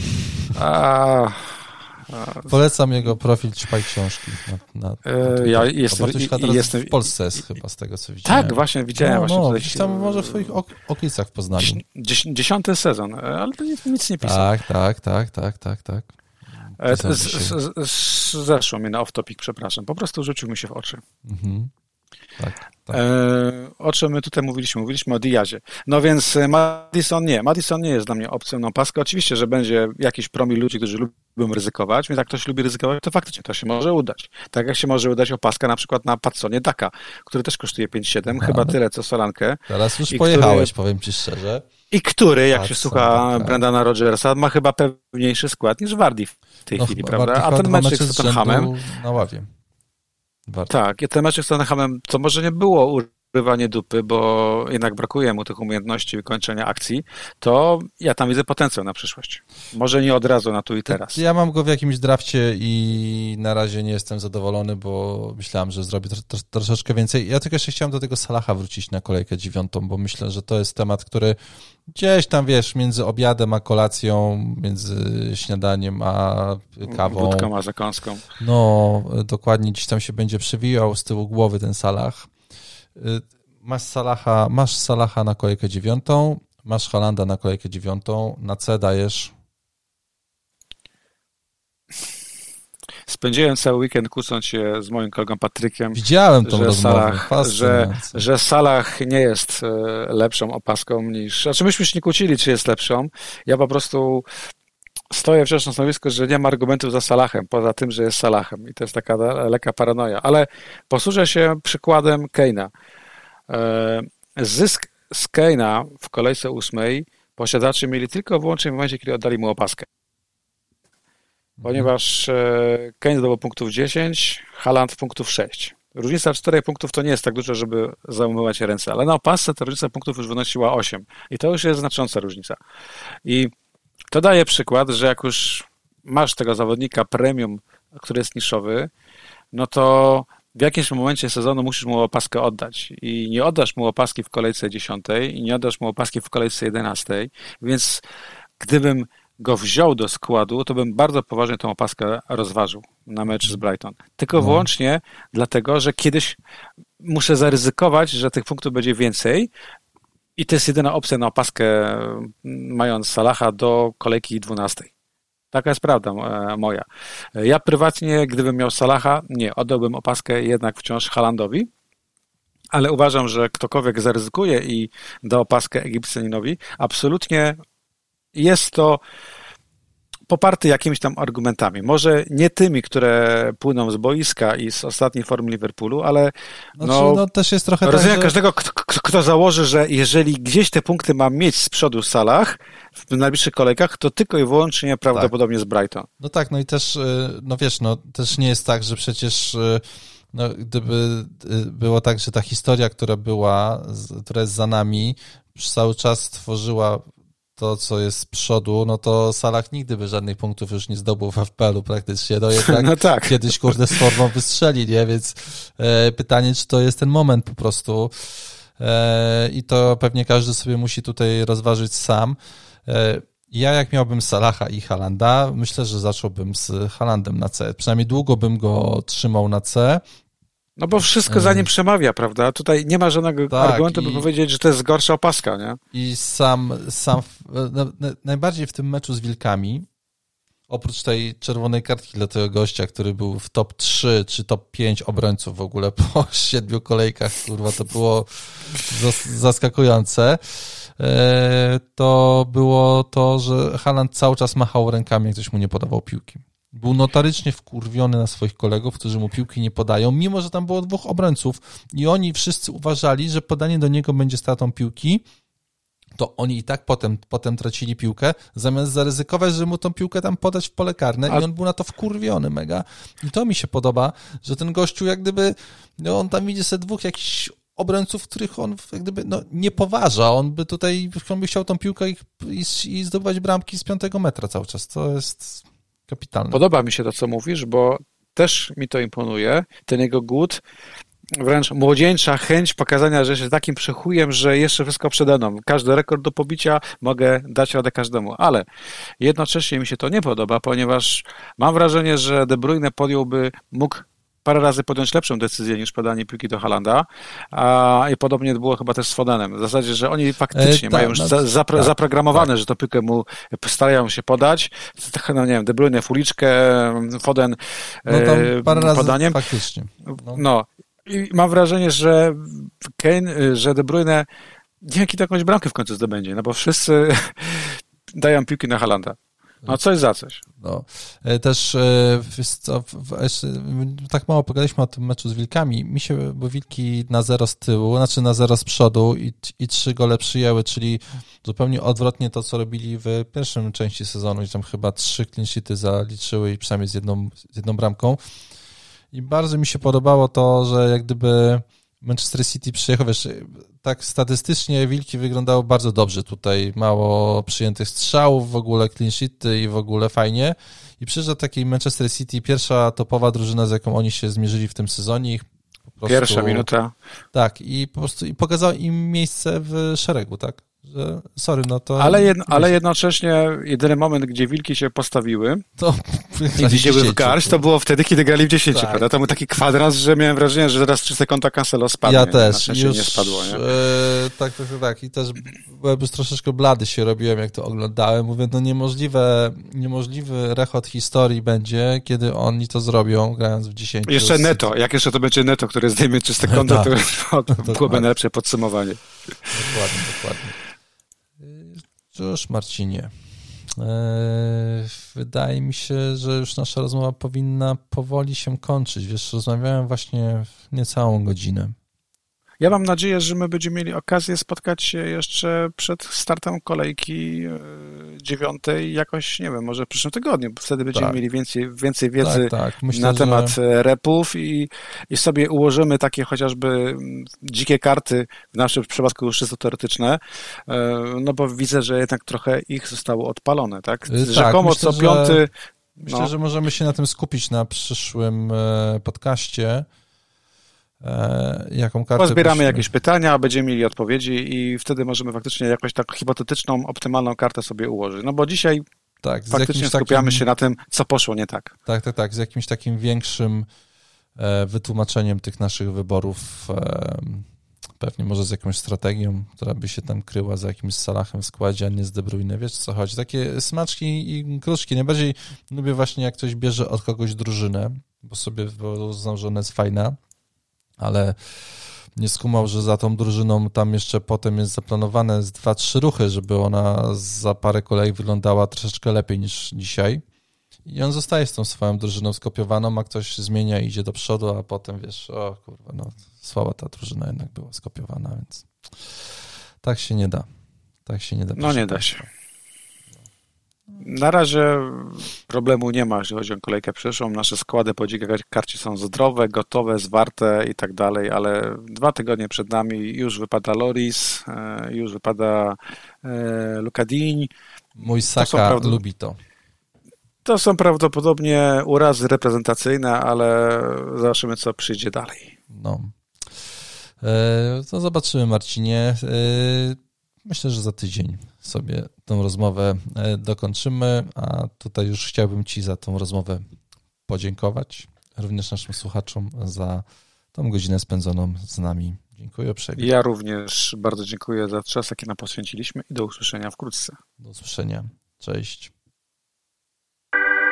Speaker 2: A, a,
Speaker 1: Polecam jego profil Ćpaj Książki. Na, na, na
Speaker 2: ja jestem,
Speaker 1: Bartuś teraz
Speaker 2: jestem,
Speaker 1: w Polsce jest chyba z tego, co widziałem.
Speaker 2: Tak, właśnie widziałem.
Speaker 1: No,
Speaker 2: właśnie
Speaker 1: no,
Speaker 2: tutaj,
Speaker 1: gdzieś tam może w twoich ok- okolicach w Poznaniu.
Speaker 2: Dzies, dziesiąty sezon, ale to nic, nic nie pisał.
Speaker 1: Tak, tak, tak, tak, tak, tak.
Speaker 2: Z, z, z, zeszło mnie na off-topic, przepraszam. Po prostu rzucił mi się w oczy.
Speaker 1: Mhm. Tak, tak.
Speaker 2: E, o czym my tutaj mówiliśmy? Mówiliśmy o Diazie. No więc Maddison nie. Maddison nie jest dla mnie opcją na paskę. Oczywiście, że będzie jakiś promil ludzi, którzy lubią ryzykować, więc jak ktoś lubi ryzykować, to faktycznie to się może udać. Tak jak się może udać opaska na przykład na Patsonie Daka, który też kosztuje pięć siedem, no, chyba tyle co Solankę.
Speaker 1: Teraz już pojechałeś, który, powiem ci szczerze.
Speaker 2: I który, jak Patson, się słucha tak. Brendana Rodgersa, ma chyba pewniejszy skład niż Wardy w tej no, chwili, prawda? A ten mecz z Tottenhamem
Speaker 1: na ławie.
Speaker 2: Warto. Tak, i ten mecz z Tottenhamem, to może nie było urywanie dupy, bo jednak brakuje mu tych umiejętności wykończenia akcji, to ja tam widzę potencjał na przyszłość. Może nie od razu na tu i teraz.
Speaker 1: Ja mam go w jakimś drafcie i na razie nie jestem zadowolony, bo myślałem, że zrobię tro, tro, troszeczkę więcej. Ja tylko jeszcze chciałem do tego Salaha wrócić na kolejkę dziewiątą, bo myślę, że to jest temat, który gdzieś tam, wiesz, między obiadem a kolacją, między śniadaniem a kawą.
Speaker 2: Wódką a zakąską.
Speaker 1: No, dokładnie gdzieś tam się będzie przewijał z tyłu głowy ten Salah. Masz Salaha, masz Salaha na kolejkę dziewiątą, masz Haalanda na kolejkę dziewiątą, na C dajesz...
Speaker 2: Spędziłem cały weekend kłócąc się z moim kolegą Patrykiem.
Speaker 1: Widziałem tą
Speaker 2: że
Speaker 1: rozmowę.
Speaker 2: Salah, że, że Salah nie jest lepszą opaską niż... Znaczy myśmy się nie kłócili, czy jest lepszą. Ja po prostu stoję wciąż na stanowisku, że nie ma argumentów za Salahem, poza tym, że jest Salahem. I to jest taka lekka paranoja. Ale posłużę się przykładem Kane'a. Zysk z Kane'a w kolejce ósmej posiadacze mieli tylko i wyłącznie w momencie, kiedy oddali mu opaskę. Ponieważ Kane zdobył punktów dziesięć, Haaland punktów sześć. Różnica czterech punktów to nie jest tak dużo, żeby załamywać ręce, ale na opasce ta różnica punktów już wynosiła osiem. I to już jest znacząca różnica. I to daje przykład, że jak już masz tego zawodnika premium, który jest niszowy, no to w jakimś momencie sezonu musisz mu opaskę oddać. I nie oddasz mu opaski w kolejce dziesiątej i nie oddasz mu opaski w kolejce jedenastej, więc gdybym go wziął do składu, to bym bardzo poważnie tą opaskę rozważył na mecz z Brighton. Tylko no. wyłącznie dlatego, że kiedyś muszę zaryzykować, że tych punktów będzie więcej i to jest jedyna opcja na opaskę, mając Salaha do kolejki dwunastej. Taka jest prawda moja. Ja prywatnie, gdybym miał Salaha, nie, oddałbym opaskę jednak wciąż Haalandowi, ale uważam, że ktokolwiek zaryzykuje i da opaskę Egipcjaninowi, absolutnie jest to poparty jakimiś tam argumentami. Może nie tymi, które płyną z boiska i z ostatniej formy Liverpoolu, ale no,
Speaker 1: znaczy, no też jest trochę
Speaker 2: rozumiem
Speaker 1: tak, że...
Speaker 2: każdego, kto, kto założy, że jeżeli gdzieś te punkty ma mieć z przodu Salah w najbliższych kolejkach, to tylko i wyłącznie prawdopodobnie
Speaker 1: tak.
Speaker 2: z Brighton.
Speaker 1: No tak, no i też, no wiesz, no też nie jest tak, że przecież no, gdyby było tak, że ta historia, która była, która jest za nami, cały czas tworzyła to, co jest z przodu, no to Salah nigdy by żadnych punktów już nie zdobył w F P L-u praktycznie. No jednak
Speaker 2: no tak.
Speaker 1: kiedyś, kurde, z formą wystrzeli, nie? Więc e, pytanie, czy to jest ten moment po prostu. E, I to pewnie każdy sobie musi tutaj rozważyć sam. E, ja jak miałbym Salaha i Haalanda, myślę, że zacząłbym z Haalandem na C. Przynajmniej długo bym go trzymał na C.
Speaker 2: No bo wszystko za nim przemawia, prawda? Tutaj nie ma żadnego tak, argumentu, by i, powiedzieć, że to jest gorsza opaska, nie?
Speaker 1: I sam, sam no, najbardziej w tym meczu z Wilkami oprócz tej czerwonej kartki dla tego gościa, który był w top trzy czy top pięć obrońców w ogóle po siedmiu kolejkach, kurwa, to było zaskakujące, to było to, że Haaland cały czas machał rękami, jak ktoś mu nie podawał piłki. Był notorycznie wkurwiony na swoich kolegów, którzy mu piłki nie podają, mimo że tam było dwóch obrońców i oni wszyscy uważali, że podanie do niego będzie stratą piłki, to oni i tak potem, potem tracili piłkę, zamiast zaryzykować, żeby mu tą piłkę tam podać w pole karne. A... i on był na to wkurwiony mega. I to mi się podoba, że ten gościu jak gdyby, no on tam widzi sobie dwóch jakichś obrońców, których on jak gdyby no, nie poważa. On by tutaj, on by chciał tą piłkę i, i, i zdobywać bramki z piątego metra cały czas. To jest kapitalne.
Speaker 2: Podoba mi się to, co mówisz, bo też mi to imponuje. Ten jego głód, wręcz młodzieńcza chęć pokazania, że jest takim przechujem, że jeszcze wszystko przede mną. Każdy rekord do pobicia mogę dać radę każdemu, ale jednocześnie mi się to nie podoba, ponieważ mam wrażenie, że De Bruyne podjąłby, mógł parę razy podjąć lepszą decyzję niż podanie piłki do Haalanda, a i podobnie było chyba też z Fodenem. W zasadzie, że oni faktycznie e, ta, mają już no, za, zapro, tak, zaprogramowane, tak. że to piłkę mu starają się podać. No nie wiem, De Bruyne w uliczkę, Foden
Speaker 1: no tam parę razy
Speaker 2: podaniem.
Speaker 1: Faktycznie.
Speaker 2: No. no. I mam wrażenie, że Kane, że De Bruyne nie wiem, kiedy jakąś bramkę w końcu zdobędzie, no bo wszyscy dają piłki na Haalanda. No coś za coś.
Speaker 1: No. Też co, tak mało pogadaliśmy o tym meczu z Wilkami. Mi się, bo Wilki na zero z tyłu, znaczy na zero z przodu i, i trzy gole przyjęły, czyli zupełnie odwrotnie to, co robili w pierwszym części sezonu, gdzie tam chyba trzy clean sheety zaliczyły i przynajmniej z jedną, z jedną bramką. I bardzo mi się podobało to, że jak gdyby Manchester City przyjechał, wiesz, tak statystycznie Wilki wyglądały bardzo dobrze tutaj, mało przyjętych strzałów, w ogóle clean sheety i w ogóle fajnie. I przyszedł taki Manchester City, pierwsza topowa drużyna, z jaką oni się zmierzyli w tym sezonie. Ich po prostu,
Speaker 2: pierwsza minuta.
Speaker 1: Tak, i po prostu i pokazał im miejsce w szeregu, tak? Że, sorry, no to...
Speaker 2: Ale, jedno, ale jednocześnie jedyny moment, gdzie Wilki się postawiły
Speaker 1: to
Speaker 2: i wzięły w garść, to było wtedy, kiedy grali w dziesięciu. Tak. To był taki kwadrat, że miałem wrażenie, że zaraz trzy sekundy Cancelo spadnie.
Speaker 1: Ja też.
Speaker 2: Na
Speaker 1: już,
Speaker 2: nie spadło, nie?
Speaker 1: E, tak, tak, tak. I też byłem już troszeczkę blady się robiłem, jak to oglądałem. Mówię, no niemożliwe, niemożliwy rechot historii będzie, kiedy oni to zrobią, grając w dziesięciu.
Speaker 2: Jeszcze Neto. Jak jeszcze to będzie Neto, który zdejmie trzy sekundy, tak. to, to byłoby najlepsze podsumowanie.
Speaker 1: Dokładnie, dokładnie. Cóż, Marcinie, wydaje mi się, że już nasza rozmowa powinna powoli się kończyć. Wiesz, rozmawiałem właśnie niecałą godzinę.
Speaker 2: Ja mam nadzieję, że my będziemy mieli okazję spotkać się jeszcze przed startem kolejki dziewiątej, jakoś, nie wiem, może w przyszłym tygodniu, bo wtedy będziemy tak. mieli więcej, więcej wiedzy tak, tak. Myślę, na temat że... repów i, i sobie ułożymy takie chociażby dzikie karty, w naszym przypadku już czysto teoretyczne, no bo widzę, że jednak trochę ich zostało odpalone, tak?
Speaker 1: tak
Speaker 2: Rzekomo
Speaker 1: myślę,
Speaker 2: co piąty...
Speaker 1: Że, myślę, no. że możemy się na tym skupić na przyszłym podcaście. Jaką kartę
Speaker 2: Pozbieramy
Speaker 1: prosimy.
Speaker 2: jakieś pytania, będziemy mieli odpowiedzi i wtedy możemy faktycznie jakąś taką hipotetyczną, optymalną kartę sobie ułożyć. No bo dzisiaj tak, faktycznie skupiamy takim, się na tym, co poszło nie tak.
Speaker 1: Tak, tak, tak. Z jakimś takim większym e, wytłumaczeniem tych naszych wyborów, e, pewnie może z jakąś strategią, która by się tam kryła za jakimś Salahem w składzie, a nie z De Bruyne. Wiesz, co chodzi? Takie smaczki i kruszki. Najbardziej lubię właśnie, jak ktoś bierze od kogoś drużynę, bo sobie bo uznam, że ona jest fajna, ale nie skumał, że za tą drużyną tam jeszcze potem jest zaplanowane z dwa, trzy ruchy, żeby ona za parę kolejek wyglądała troszeczkę lepiej niż dzisiaj. I on zostaje z tą swoją drużyną skopiowaną, a ktoś zmienia i idzie do przodu, a potem wiesz, o kurwa, no słaba ta drużyna jednak była skopiowana, więc tak się nie da. Tak się nie da.
Speaker 2: No nie da się. Na razie problemu nie ma, jeśli chodzi o kolejkę przyszłą. Nasze składy po dzikiej karcie są zdrowe, gotowe, zwarte i tak dalej, ale dwa tygodnie przed nami już wypada Loris, już wypada Luka Digne.
Speaker 1: Mój Saka to lubi to.
Speaker 2: To są prawdopodobnie urazy reprezentacyjne, ale zobaczymy, co przyjdzie dalej.
Speaker 1: No. To zobaczymy, Marcinie. Myślę, że za tydzień sobie tą rozmowę dokończymy, a tutaj już chciałbym Ci za tą rozmowę podziękować, również naszym słuchaczom za tą godzinę spędzoną z nami. Dziękuję uprzejmie.
Speaker 2: Ja również bardzo dziękuję za czas, jaki nam poświęciliśmy i do usłyszenia wkrótce.
Speaker 1: Do usłyszenia. Cześć.